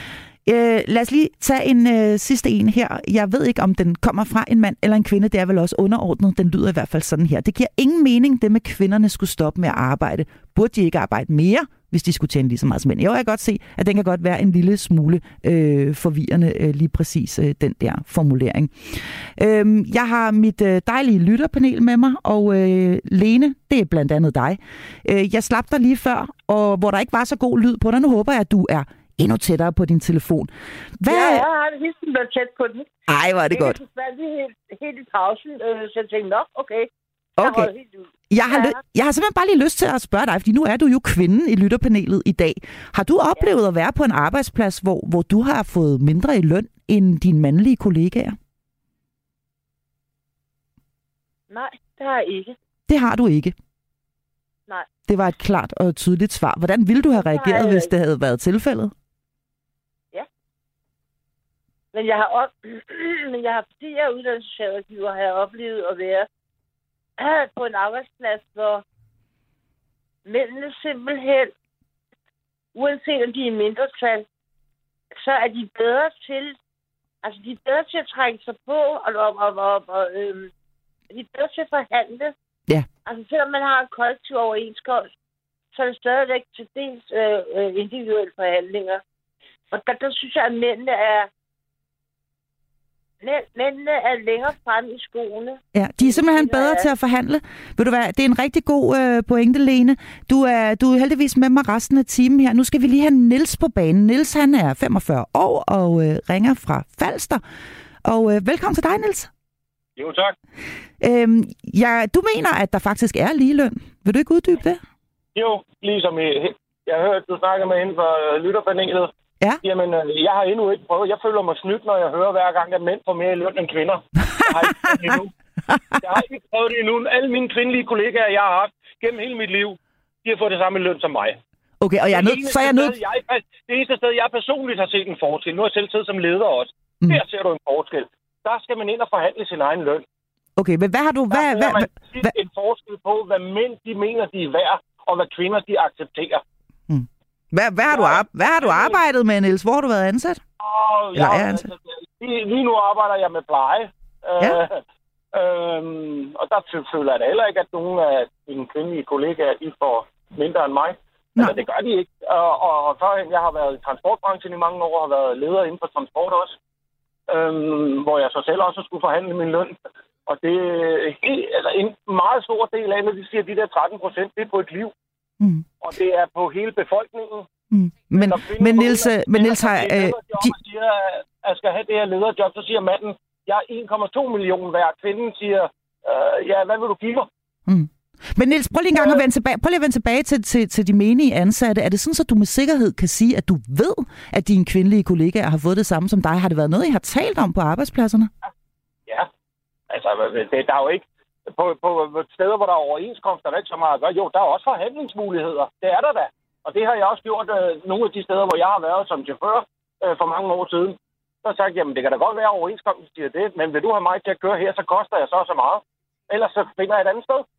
Øh, lad os lige tage en øh, sidste en her. Jeg ved ikke, om den kommer fra en mand eller en kvinde. Det er vel også underordnet. Den lyder i hvert fald sådan her. Det giver ingen mening, det med kvinderne skulle stoppe med at arbejde. Burde de ikke arbejde mere, hvis de skulle tjene lige så meget som mænd? Jeg kan godt se, at den kan godt være en lille smule øh, forvirrende, øh, lige præcis øh, den der formulering. Øh, jeg har mit øh, dejlige lytterpanel med mig, og øh, Lene, det er blandt andet dig. Øh, jeg slap dig lige før, og hvor der ikke var så god lyd på dig. Nu håber jeg, at du er endnu tættere på din telefon. Hvad... Ja, jeg har det helt været tæt på den. Ej, hvor er det, det godt. Jeg er helt, helt i pausen, øh, så jeg tænkte, nok, okay. Okay. Jeg har, ja. jeg har simpelthen bare lige lyst til at spørge dig, fordi nu er du jo kvinden i lytterpanelet i dag. Har du oplevet ja. at være på en arbejdsplads, hvor, hvor du har fået mindre i løn end dine mandlige kollegaer? Nej, det har jeg ikke. Det har du ikke? Nej. Det var et klart og tydeligt svar. Hvordan ville du have reageret, hvis det havde været tilfældet? Ja. Men jeg har, op... Men jeg har fordi jeg er uddannelsesrådgiver, har jeg oplevet at være på en arbejdsplads, hvor mændene simpelthen, uanset om de er mindretal, så er de bedre til, altså de er bedre til at trække sig på, og, og, og, og, og øhm, de er bedre til at forhandle. Ja. Altså selvom man har en kollektiv overenskomst, så er det stadigvæk til dels øh, individuelle forhandlinger. Og der, der synes jeg, at mændene er Mændene er længere fremme i skoene. Ja, de er simpelthen bedre til at forhandle. Ved du hvad, det er en rigtig god øh, pointe, Lene. Du er, du er heldigvis med mig resten af timen her. Nu skal vi lige have Niels på banen. Niels, han er femogfyrre år og øh, ringer fra Falster. Og øh, velkommen til dig, Niels. Jo, tak. Øhm, ja, du mener, at der faktisk er ligeløn. Vil du ikke uddybe det? Jo, ligesom i, jeg har hørt, du snakker med inden for lytterpanelet. Ja. Jamen, jeg har endnu ikke prøvet. Jeg føler mig snydt, når jeg hører hver gang, at mænd får mere i løn end kvinder. Jeg har ikke prøvet det endnu. Jeg har ikke prøvet det endnu. Alle mine kvindelige kollegaer, jeg har haft gennem hele mit liv, de har fået det samme løn som mig. Okay, og jeg er nødt, så er jeg nødt... Jeg, det eneste sted, jeg personligt har set en forskel, nu har jeg selv siddet som leder også, mm. der ser du en forskel. Der skal man ind og forhandle sin egen løn. Okay, men hvad har du... Hvad, der hvad, man hvad, en forskel på, hvad mænd de mener, de er værd, og hvad kvinder de accepterer. mm. hvad, hvad, har du, hvad har du arbejdet med, Niels? Hvor har du været ansat? Oh, Eller ja, er ansat? Lige, lige nu arbejder jeg med pleje. Ja. Øh, øhm, og der føler jeg da heller ikke, at nogen af mine kvindelige kollegaer, de får mindre end mig. Altså, det gør de ikke. Og, og, og førhen, jeg har været i transportbranchen i mange år, og har været leder inden for transport også. Øhm, hvor jeg så selv også skulle forhandle min løn. Og det er helt, altså, en meget stor del af, når de siger, at de der tretten procent, det er på et liv. Mm. Og det er på hele befolkningen. Mm. Men, men Niels, men Niels har... Øh, de... siger, at jeg skal have det her lederjob, så siger manden, jeg er en komma to millioner værd. Kvinden siger, øh, ja, hvad vil du give mig? Mm. Men Niels, prøv lige en gang at vende tilbage, prøv lige at vende tilbage til, til, til de menige ansatte. Er det sådan, at du med sikkerhed kan sige, at du ved, at dine kvindelige kollegaer har fået det samme som dig? Har det været noget, I har talt om på arbejdspladserne? Ja, altså det, der er jo ikke... På, på steder, hvor der er overenskomst, der er ikke så meget at gøre. Jo, der er også forhandlingsmuligheder. Det er der da. Og det har jeg også gjort øh, nogle af de steder, hvor jeg har været som chauffør øh, for mange år siden. Så har jeg sagt, jamen det kan da godt være overenskomst, siger det, men vil du have mig til at køre her, så koster jeg så så meget. Ellers så finder jeg et andet sted.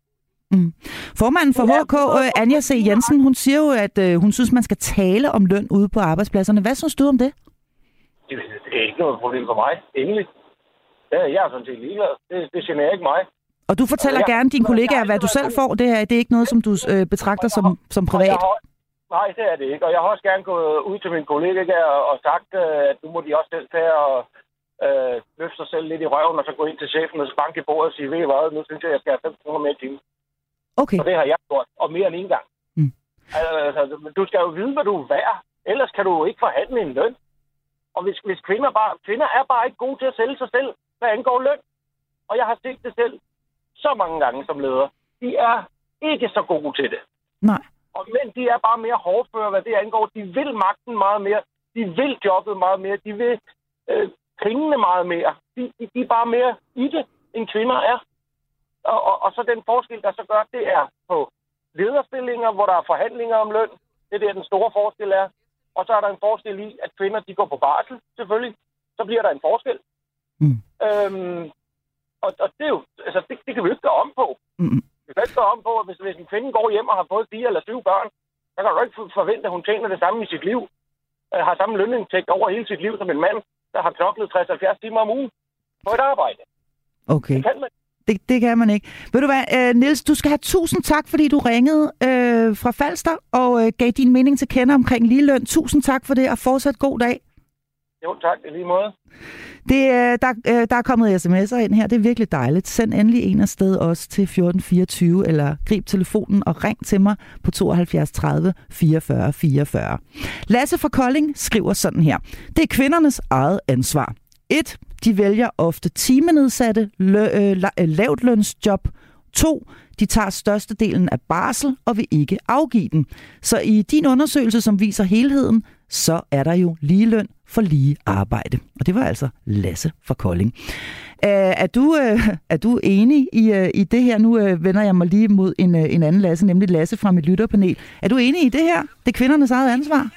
Mm. Formanden for H K, øh, Anja C. Jensen, hun siger jo, at øh, hun synes, man skal tale om løn ude på arbejdspladserne. Hvad synes du om det? Det, det er ikke noget problem for mig, endelig. Ja, jeg er sådan set ligeglad. Det, det generer ikke mig. Og du fortæller ja, gerne dine kollegaer, hvad du selv får. Det er, det er ikke noget, som du øh, betragter som, som privat? Har, nej, det er det ikke. Og jeg har også gerne gået ud til mine kollegaer og, og sagt, øh, at nu må de også selv tage og øh, løfte sig selv lidt i røven, og så gå ind til chefen og banke i bordet og sige, ved I hvad, nu synes jeg, at jeg skal have fem kroner mere i timen. Okay. Og det har jeg gjort, og mere end en gang. Mm. Altså, du skal jo vide, hvad du er værd. Ellers kan du jo ikke forhandle en løn. Og hvis, hvis kvinder bare... Kvinder er bare ikke gode til at sælge sig selv, hvad angår løn. Og jeg har set det selv så mange gange som leder. De er ikke så gode til det. Nej. Og mænd, de er bare mere hårdføre, hvad det angår. De vil magten meget mere. De vil jobbet meget mere. De vil øh, pengene meget mere. De, de, de er bare mere i det, end kvinder er. Og, og, og så den forskel, der så gør, det er på lederstillinger, hvor der er forhandlinger om løn. Det er der, den store forskel er. Og så er der en forskel i, at kvinder, de går på barsel, selvfølgelig. Så bliver der en forskel. Mm. Øhm, og, og det er jo, altså, det, det kan vi jo ikke gøre om på. Mm. Vi kan ikke gøre om på, at hvis, hvis en kvinde går hjem og har fået fire eller syv børn, så kan du ikke forvente, at hun tjener det samme i sit liv. Øh, har samme lønindtægt over hele sit liv som en mand, der har knoklet tres til halvfjerds timer om ugen på et arbejde. Okay. Det kan man. Det, det kan man ikke. Ved du hvad, uh, Niels, du skal have tusind tak, fordi du ringede uh, fra Falster og uh, gav din mening til kende omkring ligeløn. Tusind tak for det, og fortsat god dag. Jo, tak. I lige måde. Det, uh, der, uh, der er kommet sms'er ind her. Det er virkelig dejligt. Send endelig en afsted også til fjorten fireogtyve, eller grib telefonen og ring til mig på tooghalvfjerds tredive fireogfyrre fireogfyrre. Lasse fra Kolding skriver sådan her. Det er kvindernes eget ansvar. et. De vælger ofte timenedsatte lø- øh, lavtlønsjob. to. De tager størstedelen af barsel og vil ikke afgive den. Så i din undersøgelse, som viser helheden, så er der jo ligeløn for lige arbejde. Og det var altså Lasse fra Kolding. Uh, er, du, uh, er du enig i, uh, i det her? Nu uh, vender jeg mig lige mod en, uh, en anden Lasse, nemlig Lasse fra mit lytterpanel. Er du enig i det her? Det er kvindernes eget ansvar?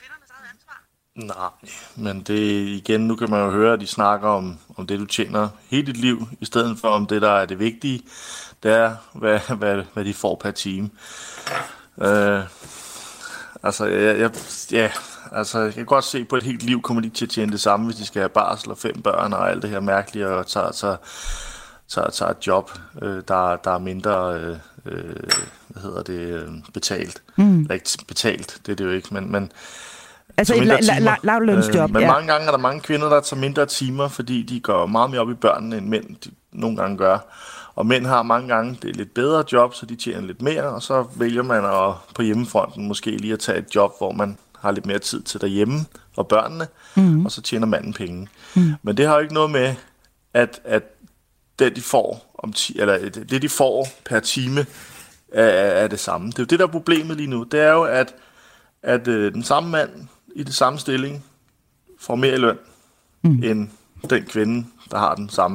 Nej, men det igen, nu kan man jo høre, at de snakker om, om det, du tjener hele dit liv, i stedet for om det, der er det vigtige, det er, hvad, hvad, hvad de får per time. Øh, altså, jeg, jeg, ja, altså, jeg kan godt se, på et helt liv kommer de til at tjene det samme, hvis de skal have barsel og fem børn og alt det her mærkelige, og tager, tager, tager, tager et job, øh, der, der er mindre, øh, hvad hedder det, øh, betalt. Mm. Eller ikke betalt, det er det jo ikke, men... men Altså et la- la- lavlønsjob, øh, Men ja. mange gange er der mange kvinder, der tager mindre timer, fordi de går meget mere op i børnene, end mænd de nogle gange gør. Og mænd har mange gange det lidt bedre job, så de tjener lidt mere, og så vælger man at, på hjemmefronten måske lige at tage et job, hvor man har lidt mere tid til derhjemme og børnene, mm. og så tjener manden penge. Mm. Men det har jo ikke noget med, at, at det, de får om ti- eller det, de får per time, er, er det samme. Det er jo det, der er problemet lige nu. Det er jo, at, at øh, den samme mand i det samme stilling får mere i løn, mm. end den kvinde, der har den samme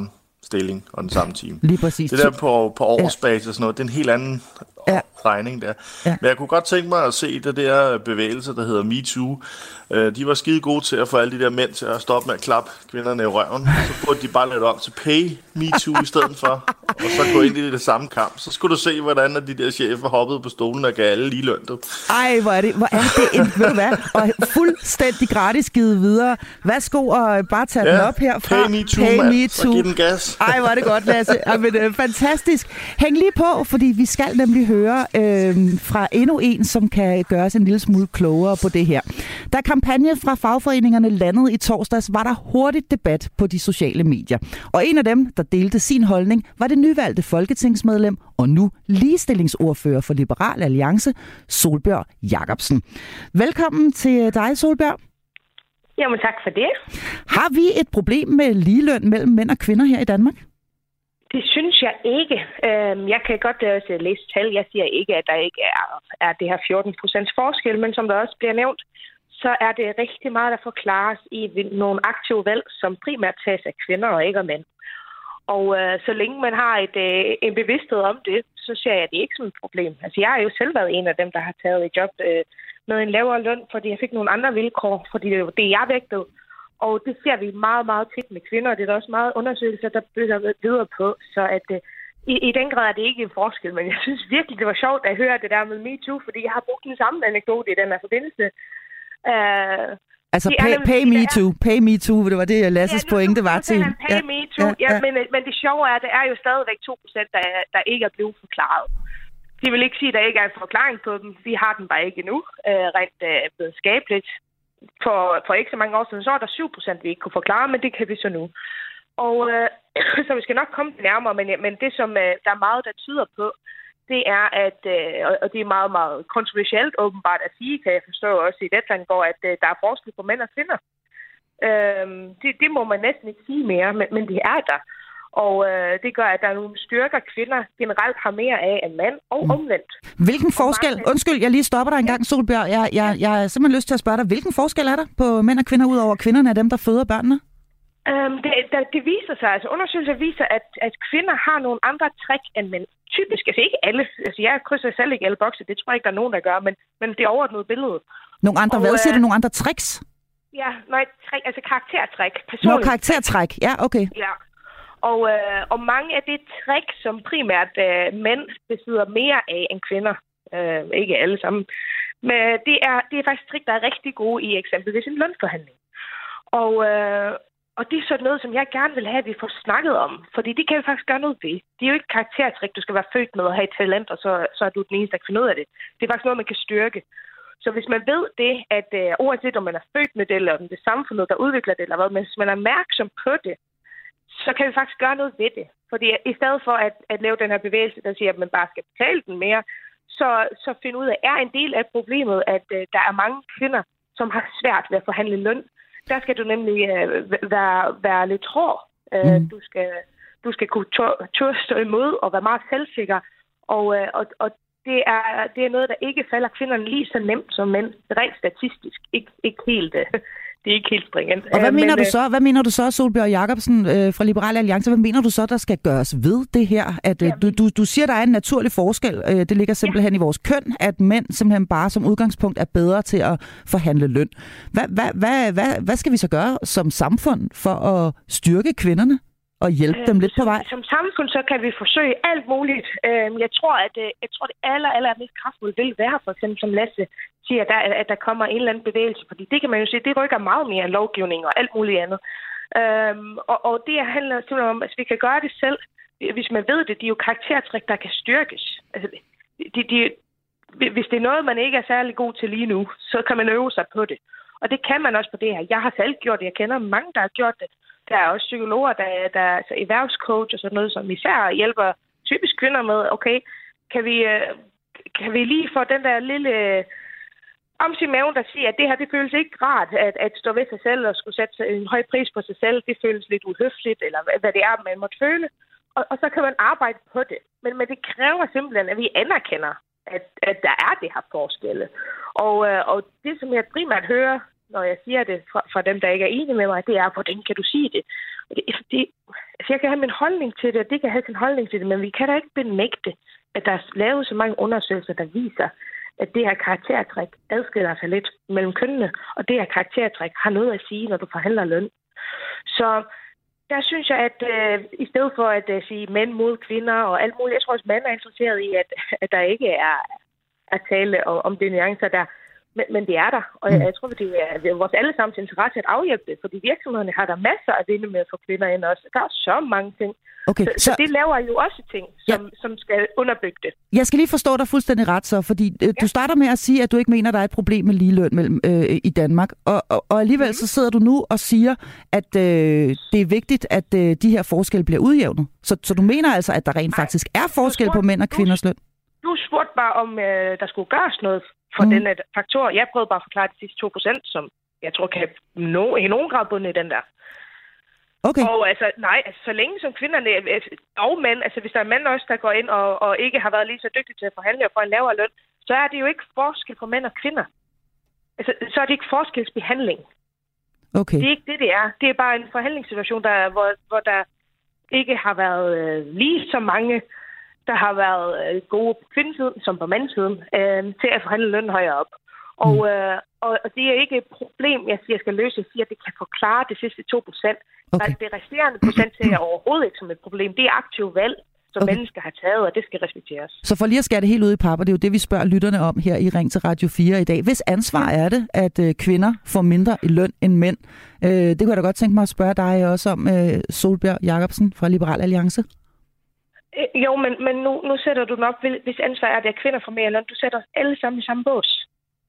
stilling og den samme time. Lige præcis. Det der på, på årsbasis og sådan noget, det er en helt anden ja. regning der. Ja. Men jeg kunne godt tænke mig at se det der bevægelse, der hedder MeToo. De var skide gode til at få alle de der mænd til at stoppe med at klappe kvinderne i røven. Så burde de bare lade om til Pay MeToo i stedet for, og så gå ind i det samme kamp. Så skulle du se, hvordan de der chefer hoppede på stolen og gav alle lige løn. Ej, hvor er det, hvor er det en, ved du hvad? Og fuldstændig gratis givet videre. Værsgo og bare tage ja, den op herfra. Pay MeToo, Pay mand. Me så giv den gas. Ej, hvor er det godt, Lasse. Ej, men, øh, fantastisk. Hæng lige på, fordi vi skal nemlig høre øh, fra endnu en, som kan gøre os en lille smule klogere på det her. Da kampagne fra fagforeningerne landede i torsdags, var der hurtigt debat på de sociale medier. Og en af dem, der delte sin holdning, var det nyvalgte folketingsmedlem og nu ligestillingsordfører for Liberal Alliance, Sólbjørg Jakobsen. Velkommen til dig, Sólbjørg. Jamen tak for det. Har vi et problem med ligeløn mellem mænd og kvinder her i Danmark? Det synes jeg ikke. Jeg kan godt læse tal. Jeg siger ikke, at der ikke er, er det her fjorten procent forskel, men som der også bliver nævnt, så er det rigtig meget, der forklares i nogle aktive valg, som primært tages af kvinder og ikke af mænd. Og øh, så længe man har et, øh, en bevidsthed om det, så ser jeg det ikke som et problem. Altså jeg har jo selv været en af dem, der har taget et job øh, med en lavere løn, fordi jeg fik nogle andre vilkår, fordi det var det, jeg vægtede. Og det ser vi meget, meget tit med kvinder, og det er der også meget undersøgelser, der bygger videre på. Så at, øh, i, i den grad er det ikke en forskel, men jeg synes virkelig, det var sjovt at høre det der med MeToo, fordi jeg har brugt den samme anekdote i den her forbindelse. Øh, Altså pay, pay me too, pay me too, det var det, Lasses ja, pointe var til. Pay me too, ja, ja, ja. Men, men det sjove er, at det er jo stadigvæk to procent, der, der ikke er blevet forklaret. De vil ikke sige, at der ikke er en forklaring på dem. Vi har den bare ikke endnu, øh, rent øh, videnskabeligt. For, for ikke så mange år siden, så var der syv procent, vi ikke kunne forklare, men det kan vi så nu. Og øh, så vi skal nok komme nærmere, men, men det, som øh, der er meget, der tyder på, det er, at, øh, og det er meget, meget kontroversielt åbenbart at sige, kan jeg forstå også i Letland, hvor at, øh, der er forskel på mænd og kvinder. Øh, det, det må man næsten ikke sige mere, men, men det er der. Og øh, det gør, at der er nogle styrker, kvinder generelt har mere af end mænd, og omvendt. Hvilken forskel, mange... undskyld, jeg lige stopper dig en gang, Sólbjørg. Jeg, jeg, jeg har simpelthen lyst til at spørge dig, hvilken forskel er der på mænd og kvinder, udover kvinderne er dem, der føder børnene? Um, det, det, det viser sig, altså undersøgelser viser, at, at kvinder har nogle andre træk end mænd. Typisk, altså ikke alle, altså jeg krydser selv ikke alle bokse, det tror jeg ikke, der er nogen, der gør, men, men det er overordnet billede. Nogle andre, og, hvad siger øh, du, nogle andre tricks? Ja, nej, træk, altså karaktertræk. Nå, karaktertræk, ja, okay. Ja, og, øh, og mange af det træk, som primært øh, mænd besidder mere af end kvinder, øh, ikke alle sammen, men det er, det er faktisk træk, der er rigtig gode i eksempelvis en lønforhandling. Og øh, Og det er sådan noget, som jeg gerne vil have, at vi får snakket om. Fordi det kan vi faktisk gøre noget ved. Det er jo ikke karaktertræk, du skal være født med og have et talent, og så, så er du den eneste, der kan finde ud af det. Det er faktisk noget, man kan styrke. Så hvis man ved det, at uh, uanset om man er født med det, eller om det er samfundet, der udvikler det, eller hvad, men hvis man er opmærksom på det, så kan vi faktisk gøre noget ved det. Fordi i stedet for at, at lave den her bevægelse, der siger, at man bare skal betale den mere, så, så finde ud af, er en del af problemet, at uh, der er mange kvinder, som har svært ved at forhandle løn. Der skal du nemlig øh, være, være lidt hård. Øh, mm. Du skal du skal kunne turde stå imod og være meget selvsikker. Og, øh, og, og det, er, det er noget, der ikke falder kvinderne lige så nemt som mænd. Rent statistisk. Ik, ikke helt, øh, det er ikke helt stringent. Og hvad øh, mener men, du så, hvad mener du så, Sólbjørg Jakobsen øh, fra Liberal Alliance? Hvad mener du så, der skal gøres ved det her? At, øh, du, du, du siger, der er en naturlig forskel. Øh, det ligger simpelthen ja. i vores køn, at mænd simpelthen bare som udgangspunkt er bedre til at forhandle løn. Hvad, hvad, hvad, hvad, hvad skal vi så gøre som samfund for at styrke kvinderne og hjælpe øh, dem lidt på vej? Som, som samfund, så kan vi forsøge alt muligt. Øh, jeg tror, at jeg tror, det aller, aller mest kraftfuldt vil være, for eksempel som Lasse siger, at der, at der kommer en eller anden bevægelse. Fordi det kan man jo sige, det rykker meget mere end lovgivning og alt muligt andet. Øhm, og, og det handler simpelthen om, at altså, vi kan gøre det selv, hvis man ved det. De er jo karaktertræk, der kan styrkes. Altså, de, de, hvis det er noget, man ikke er særlig god til lige nu, så kan man øve sig på det. Og det kan man også på det her. Jeg har selv gjort det. Jeg kender mange, der har gjort det. Der er også psykologer, der, der er altså erhvervscoach og sådan noget, som især hjælper typisk kvinder med, okay, kan vi, kan vi lige få den der lille om sin maven, der siger, at det her, det føles ikke rart, at, at stå ved sig selv og skulle sætte en høj pris på sig selv. Det føles lidt uhøfligt, eller hvad det er, man måtte føle. Og, og så kan man arbejde på det. Men, men det kræver simpelthen, at vi anerkender, at, at der er det her forskelle. Og, og det, som jeg primært hører, når jeg siger det fra, fra dem, der ikke er enige med mig, det er, hvordan kan du sige det? det, det altså jeg kan have min holdning til det, og det kan have sin holdning til det, men vi kan da ikke benægte, at der er lavet så mange undersøgelser, der viser, at det her karaktertræk adskiller sig lidt mellem kønnene, og det her karaktertræk har noget at sige, når du forhandler løn. Så der synes jeg, at øh, i stedet for at øh, sige mænd mod kvinder og alt muligt, jeg tror også, mænd er interesseret i, at, at der ikke er at tale om, om det nuancer der. Men, men det er der, og jeg, jeg tror, det er, det er vores allesammens interesse at afhjælpe det, fordi virksomhederne har der masser af vinde med at få kvinder ind også. Der er så mange ting. Okay, så, så, så det laver jo også ting, som, ja. som skal underbygge det. Jeg skal lige forstå dig fuldstændig ret så, fordi øh, ja. du starter med at sige, at du ikke mener, at der er et problem med ligeløn mellem, øh, i Danmark, og, og, og alligevel mm. så sidder du nu og siger, at øh, det er vigtigt, at øh, de her forskelle bliver udjævnet. Så, så du mener altså, at der rent faktisk er forskel på mænd og kvinders løn? Du spurgte bare, om øh, der skulle gøres noget for mm. den faktor. Jeg prøvede bare at forklare de sidste to procent, som jeg tror kan nå, i nogen grad bundet i den der. Okay. Og altså, nej, altså, så længe som kvinderne og mænd, altså hvis der er mænd også, der går ind og, og ikke har været lige så dygtige til at forhandle og få en lavere løn, så er det jo ikke forskel på mænd og kvinder. Altså, så er det ikke forskelsbehandling. Okay. Det er ikke det, det er. Det er bare en forhandlingssituation, der, hvor, hvor der ikke har været øh, lige så mange, der har været øh, gode på kvindesiden som på mandssiden, øh, til at forhandle løn højere op. Og, mm. øh, og, og det er ikke et problem, jeg siger, jeg skal løse. Jeg siger, at det kan forklare det sidste to procent. Okay. Det resterende procent ser jeg overhovedet ikke som et problem. Det er aktivt valg, som okay. mennesker har taget, og det skal respekteres. Så for lige at skære det helt ud i pap, og det er jo det, vi spørger lytterne om her i Ring til Radio fire i dag. Hvis ansvar er det, at øh, kvinder får mindre i løn end mænd? Øh, det kunne jeg da godt tænke mig at spørge dig også om, øh, Solbjørg Jacobsen fra Liberal Alliance. Øh, jo, men, men nu, nu sætter du den op, hvis ansvar er det, at kvinder får mere løn. Du sætter os alle sammen i samme bås.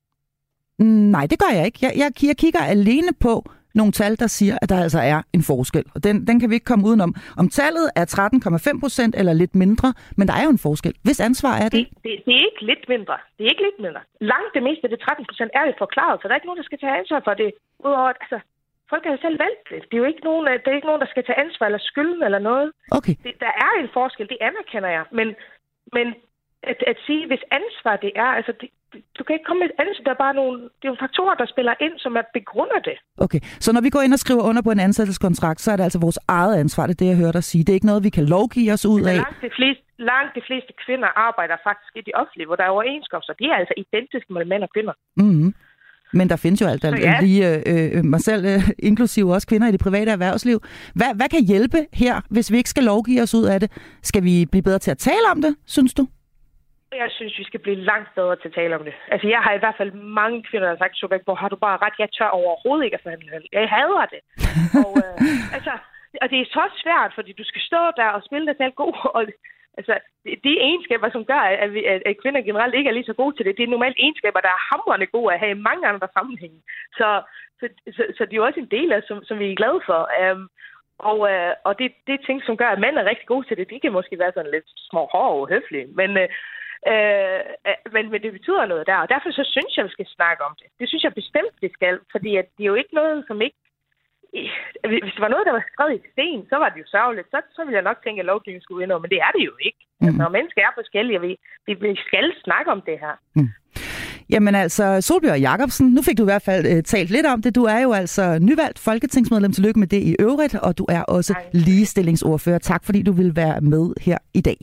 Nej, det gør jeg ikke. Jeg, jeg, jeg kigger alene på nogle tal, der siger, at der altså er en forskel. Og den, den kan vi ikke komme udenom. Om tallet er tretten komma fem procent eller lidt mindre, men der er jo en forskel. Hvis ansvar er det? Det, det, det er ikke lidt mindre. Det er ikke lidt mindre. Langt det meste af det tretten procent er jo forklaret, så der er ikke nogen, der skal tage ansvar for det. Udover, altså, folk har jo selv valgt det. Det er jo ikke nogen, det er ikke nogen, der skal tage ansvar eller skylden eller noget. Okay. Det, der er en forskel, det anerkender jeg. Men, men at, at sige, hvis ansvar det er, altså det, du kan ikke komme med et ansvar, der er bare nogle, det er nogle faktorer, der spiller ind, som er begrunder det. Okay, så når vi går ind og skriver under på en ansættelseskontrakt, så er det altså vores eget ansvar, det er det, jeg hørte dig sige. Det er ikke noget, vi kan lovgive os ud af. Langt de fleste, langt de fleste kvinder arbejder faktisk i det offentlige, hvor der er overenskomster. De er altså identiske mellem mænd og kvinder. Mm-hmm. Men der findes jo alt, alt ja. lige øh, mig selv, øh, inklusive også kvinder i det private erhvervsliv. Hvad, hvad kan hjælpe her, hvis vi ikke skal lovgive os ud af det? Skal vi blive bedre til at tale om det, synes du? Jeg synes, vi skal blive langt bedre til at tale om det. Altså, jeg har i hvert fald mange kvinder, der har sagt, Sobek, hvor har du bare ret, jeg tør overhovedet ikke at forhandle. Jeg hader det. og, øh, altså, og det er så svært, fordi du skal stå der og spille dig selv god. Og, altså, de egenskaber, som gør, at, vi, at kvinder generelt ikke er lige så gode til det, det er normalt egenskaber, der er hamrende gode at have i mange andre sammenhænge. Så, så, så, så det er jo også en del af, som, som vi er glade for. Um, og øh, og det, det er ting, som gør, at mænd er rigtig gode til det. De kan måske være sådan lidt små hårde og høflige, men... Øh, Øh, men, men det betyder noget der, og derfor så synes jeg, vi skal snakke om det. Det synes jeg bestemt, det skal, fordi at det er jo ikke noget, som ikke... Hvis det var noget, der var skrevet i sten, så var det jo sørgeligt. Så, så ville jeg nok tænke, at lovgivningen skulle ind over, men det er det jo ikke. Mm. Altså, når mennesker er forskellige, vi, vi, vi skal snakke om det her. Mm. Jamen altså, Solbjørg Jacobsen, nu fik du i hvert fald øh, talt lidt om det. Du er jo altså nyvalgt folketingsmedlem. Tillykke med det i øvrigt, og du er også Nej. ligestillingsordfører. Tak, fordi du vil være med her i dag.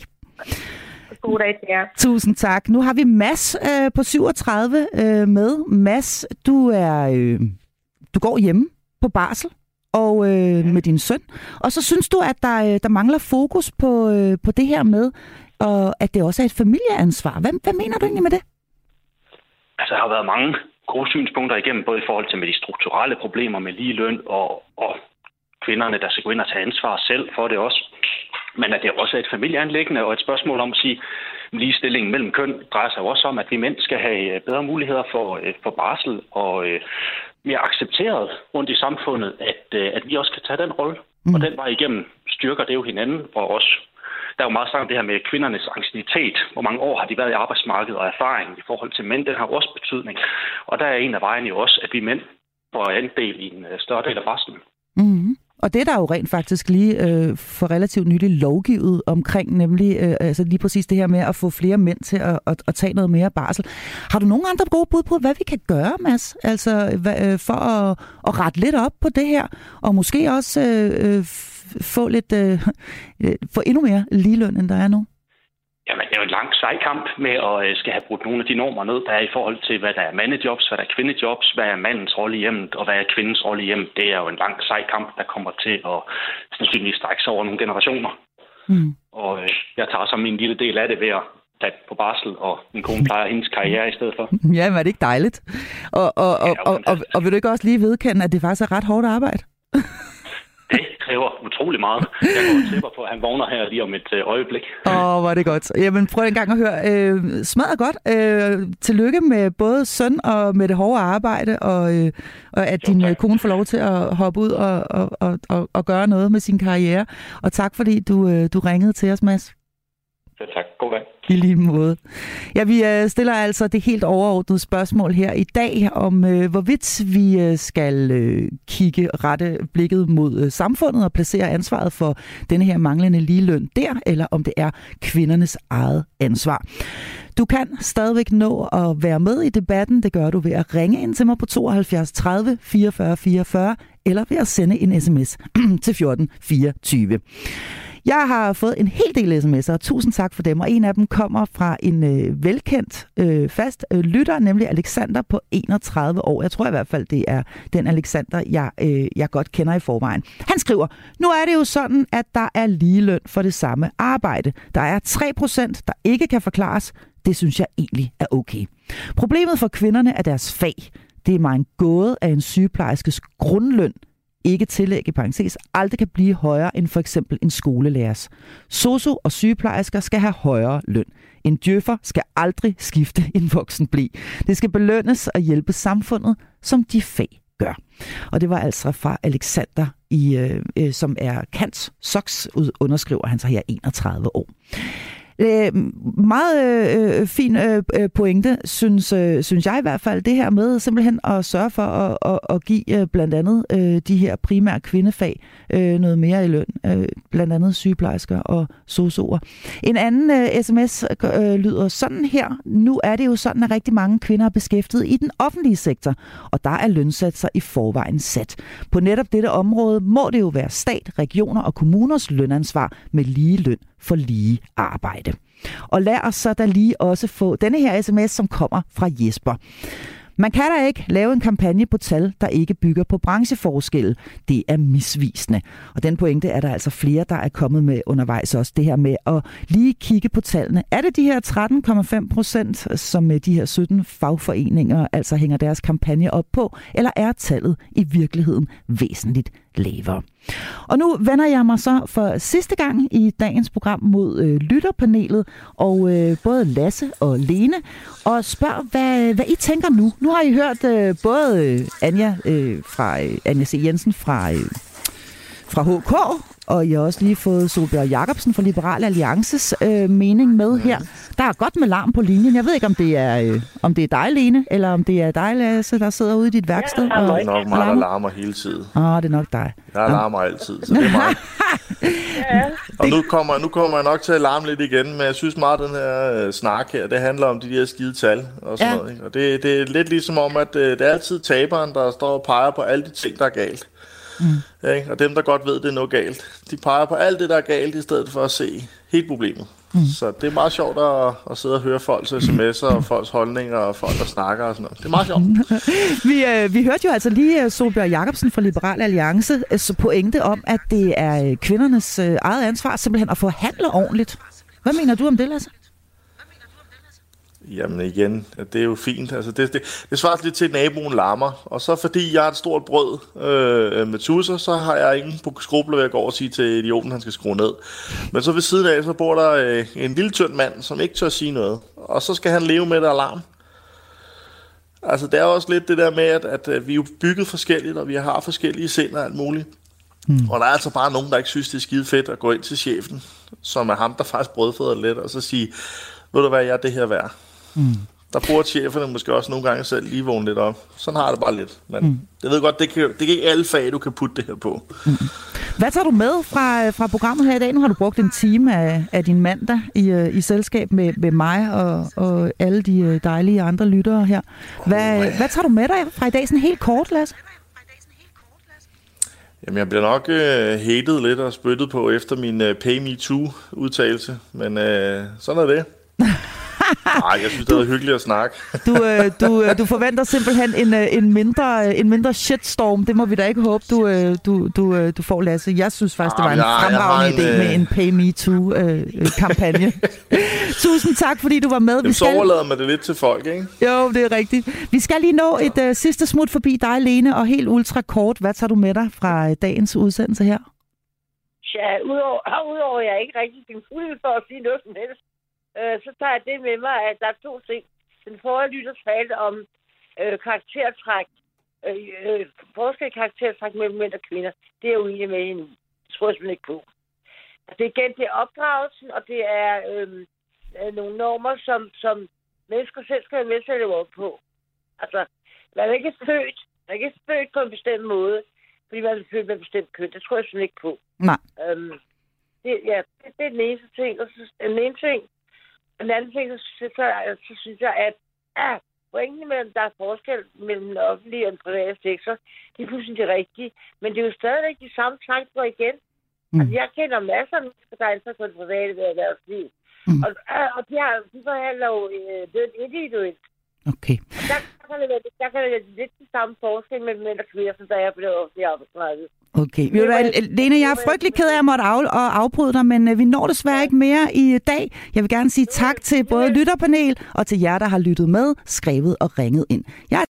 God dag til jer. Tusind tak. Nu har vi Mads øh, på syvogtredive øh, med. Mads, du er øh, du går hjemme på barsel og øh, med din søn. Og så synes du, at der, der mangler fokus på, øh, på det her med, og at det også er et familieansvar. Hvad, hvad mener du egentlig med det? Altså, der har været mange gode synspunkter igennem, både i forhold til med de strukturelle problemer med lige løn og, og kvinderne, der skal gå ind og tage ansvar selv for det også. Men at det også er et familieanliggende og et spørgsmål om at sige, at ligestillingen mellem køn drejer sig også om, at vi mænd skal have bedre muligheder for, for barsel og mere accepteret rundt i samfundet, at, at vi også kan tage den rolle. Mm. Og den vej igennem styrker det jo hinanden, og også der er jo meget sagt om det her med kvindernes anciennitet. Hvor mange år har de været i arbejdsmarkedet og erfaring i forhold til mænd, den har også betydning. Og der er en af vejene jo også, at vi mænd får en del i en større del af barslen. Mm. Og det er der jo rent faktisk lige øh, for relativt nylig lovgivet omkring, nemlig øh, altså lige præcis det her med at få flere mænd til at, at, at tage noget mere barsel. Har du nogle andre gode bud på, hvad vi kan gøre, Mads? Altså hvad, øh, for at, at rette lidt op på det her, og måske også øh, øh, få lidt øh, få endnu mere ligeløn, end der er nu? Jamen, det er jo en lang sej kamp med at øh, skal have brudt nogle af de normer ned, der er i forhold til, hvad der er mandejobs, hvad der er kvindejobs, hvad er mandens rolle i hjemmet, og hvad er kvindens rolle i hjemmet. Det er jo en lang sej kamp, der kommer til at sandsynligvis strække sig over nogle generationer. Mm. Og øh, jeg tager så min lille del af det ved at tage på barsel, og min kone plejer hendes karriere i stedet for. Ja, men er det ikke dejligt? Og, og, og, og, og, og vil du ikke også lige vedkende, at det faktisk er ret hårdt arbejde? Det kræver utrolig meget. Jeg går og tæpper på, at han vågner her lige om et øh, øjeblik. Åh, oh, hvor er det godt. Jamen, prøv en gang at høre. Øh, smadret godt. Øh, tillykke med både søn og med det hårde arbejde, og, øh, og at din jo, kone får lov til at hoppe ud og, og, og, og, og gøre noget med sin karriere. Og tak, fordi du, øh, du ringede til os, Mads. Ja, tak. God dag. I lige måde. Ja, vi øh, stiller altså det helt overordnede spørgsmål her i dag, om øh, hvorvidt vi øh, skal øh, kigge rette blikket mod øh, samfundet og placere ansvaret for denne her manglende ligeløn der, eller om det er kvindernes eget ansvar. Du kan stadigvæk nå at være med i debatten. Det gør du ved at ringe ind til mig på tooghalvfjerds tredive fireogfyrre fireogfyrre, eller ved at sende en sms til fjorten fireogtyve. Jeg har fået en hel del sms'er, og tusind tak for dem, og en af dem kommer fra en øh, velkendt øh, fast øh, lytter, nemlig Alexander på enogtredive år. Jeg tror i hvert fald, det er den Alexander, jeg, øh, jeg godt kender i forvejen. Han skriver, nu er det jo sådan, at der er ligeløn for det samme arbejde. Der er tre procent, der ikke kan forklares. Det synes jeg egentlig er okay. Problemet for kvinderne er deres fag. Det er mig en gåde af en sygeplejerskes grundløn, ikke tillæg i parentes, aldrig kan blive højere end for eksempel en skolelærers. Sosu og sygeplejersker skal have højere løn. En djøffer skal aldrig skifte en voksen ble. Det skal belønnes og hjælpe samfundet, som de fag gør. Og det var altså fra Alexander, i, øh, som er Kants Soks, underskriver han sig her enogtredive år. Øh, meget øh, fin øh, pointe, synes, øh, synes jeg i hvert fald, det her med simpelthen at sørge for at, at, at give øh, blandt andet øh, de her primære kvindefag øh, noget mere i løn, øh, blandt andet sygeplejersker og sosuer. En anden øh, sms øh, lyder sådan her. Nu er det jo sådan, at rigtig mange kvinder er beskæftiget i den offentlige sektor, og der er lønsatser i forvejen sat. På netop dette område må det jo være stat, regioner og kommuners lønansvar med lige løn for lige arbejde. Og lad os så da lige også få denne her sms, som kommer fra Jesper. Man kan da ikke lave en kampagne på tal, der ikke bygger på brancheforskelle. Det er misvisende. Og den pointe er der altså flere, der er kommet med undervejs også. Det her med at lige kigge på tallene. Er det de her tretten komma fem procent, som de her sytten fagforeninger altså hænger deres kampagne op på? Eller er tallet i virkeligheden væsentligt lavere? Og nu vender jeg mig så for sidste gang i dagens program mod øh, lytterpanelet, og øh, både Lasse og Lene, og spørger, hvad, hvad I tænker nu. Nu har I hørt øh, både øh, Anja, øh, fra, øh, Anja C. Jensen fra, øh, fra H K, og jeg har også lige fået Solbjørg Jacobsen fra Liberal Alliances øh, mening med her. Der er godt med larm på linjen. Jeg ved ikke, om det er, øh, om det er dig, Lene, eller om det er dig, Lasse, der sidder ude i dit værksted. Ja, det er nok mig, der larmer hele tiden. Åh, oh, det er nok dig. Jeg larmer ja. altid, så det er mig. ja. Og nu kommer, nu kommer jeg nok til at larme lidt igen, men jeg synes meget, at den her øh, snak her, det handler om de der skide tal og sådan ja. noget. Ikke? Og det, det er lidt ligesom om, at øh, det er altid taberen, der står og peger på alle de ting, der er galt. Mm. Ja, og dem, der godt ved, det er noget galt, de peger på alt det, der er galt, i stedet for at se helt problemet. Mm. Så det er meget sjovt at, at sidde og høre folks sms'er og folks holdninger og folk, der snakker og sådan noget. Det er meget sjovt. vi, øh, vi hørte jo altså lige Solbjørg Jacobsen fra Liberal Alliance så pointe om, at det er kvindernes øh, eget ansvar simpelthen at forhandle ordentligt. Hvad mener du om det, Lasse? Jamen igen, det er jo fint. Altså det, det, det svarer lidt til, at naboen larmer. Og så fordi jeg har et stort brød øh, med tusser, så har jeg ingen skrubler ved at gå over og sige til idioten, han skal skrue ned. Men så ved siden af, så bor der øh, en lille tynd mand, som ikke tør sige noget. Og så skal han leve med det alarm. Altså det er også lidt det der med, at, at, at vi er jo bygget forskelligt, og vi har forskellige sind og alt muligt. Mm. Og der er altså bare nogen, der ikke synes, det er skide fedt at gå ind til chefen, som er ham, der faktisk brødføder lidt, og så sige, ved du hvad, jeg er det her værd. Mm. Der burde cheferne måske også nogle gange selv lige vågne lidt op. Sådan har det bare lidt. Men mm. jeg ved godt, det kan, det kan ikke alle fag, du kan putte det her på. Mm. Hvad tager du med fra, fra programmet her i dag? Nu har du brugt en time af, af din mandag i, i selskab med, med mig og, og alle de dejlige andre lyttere her. Hvad, oh, ja. hvad tager du med dig fra i dag? Sådan helt kort, Lasse? Jamen, jeg bliver nok øh, hated lidt og spyttet på efter min øh, Pay Me To-udtalelse, men øh, sådan er det. Nej, jeg synes, det er hyggeligt at snakke. du, øh, du, du forventer simpelthen en, en, mindre, en mindre shitstorm. Det må vi da ikke håbe, du, du, du, du får, Lasse. Jeg synes faktisk, det var en fremragende idé med en Pay Me To-kampagne. Tusind tak, fordi du var med. Jamen, vi skal... så overlader man det lidt til folk, ikke? Jo, det er rigtigt. Vi skal lige nå et uh, sidste smut forbi dig, Lene, og helt ultra kort. Hvad tager du med dig fra dagens udsendelse her? Ja, udover, udover jeg ikke rigtig fik mulighed for at sige noget som helst, øh, så tager jeg det med mig, at der er to ting. Den forrige lytter talte om øh, karaktertræk, øh, øh, forskel karaktertræk mellem mænd og kvinder. Det er jo uenig med hende. Det tror jeg simpelthen ikke på. Det er igen, det er opdragelsen, og det er øh, nogle normer, som, som mennesker selv skal være med til at leve op på. Altså, man er ikke født, man er ikke født på en bestemt måde, fordi man er født med en bestemt køn. Det tror jeg simpelthen ikke på. Nej. Øhm, det, ja, det, det er den eneste ting. Og så, den ene ting, den anden ting, så, så, så, så synes jeg, at ah, pointen mellem, der er forskel mellem den offentlige og den private sektor, det er fuldstændig rigtigt. Men det er jo stadigvæk de samme tanker igen. Mm. Altså, jeg kender masser af mennesker, der er ansat på det private ved erhvervsliv. Mm. Og, og de, har, de forhandler jo øh, det individuelt. Okay. Der, der kan det være, der kan det være lidt de samme forskel mellem mænd og kvinder, som der er på det offentlige arbejdsmarked. Okay. Lene, jeg er frygtelig ked af, at jeg måtte af, og afbryde dig, men vi når desværre ikke mere i dag. Jeg vil gerne sige tak til både lytterpanel og til jer, der har lyttet med, skrevet og ringet ind. Jeg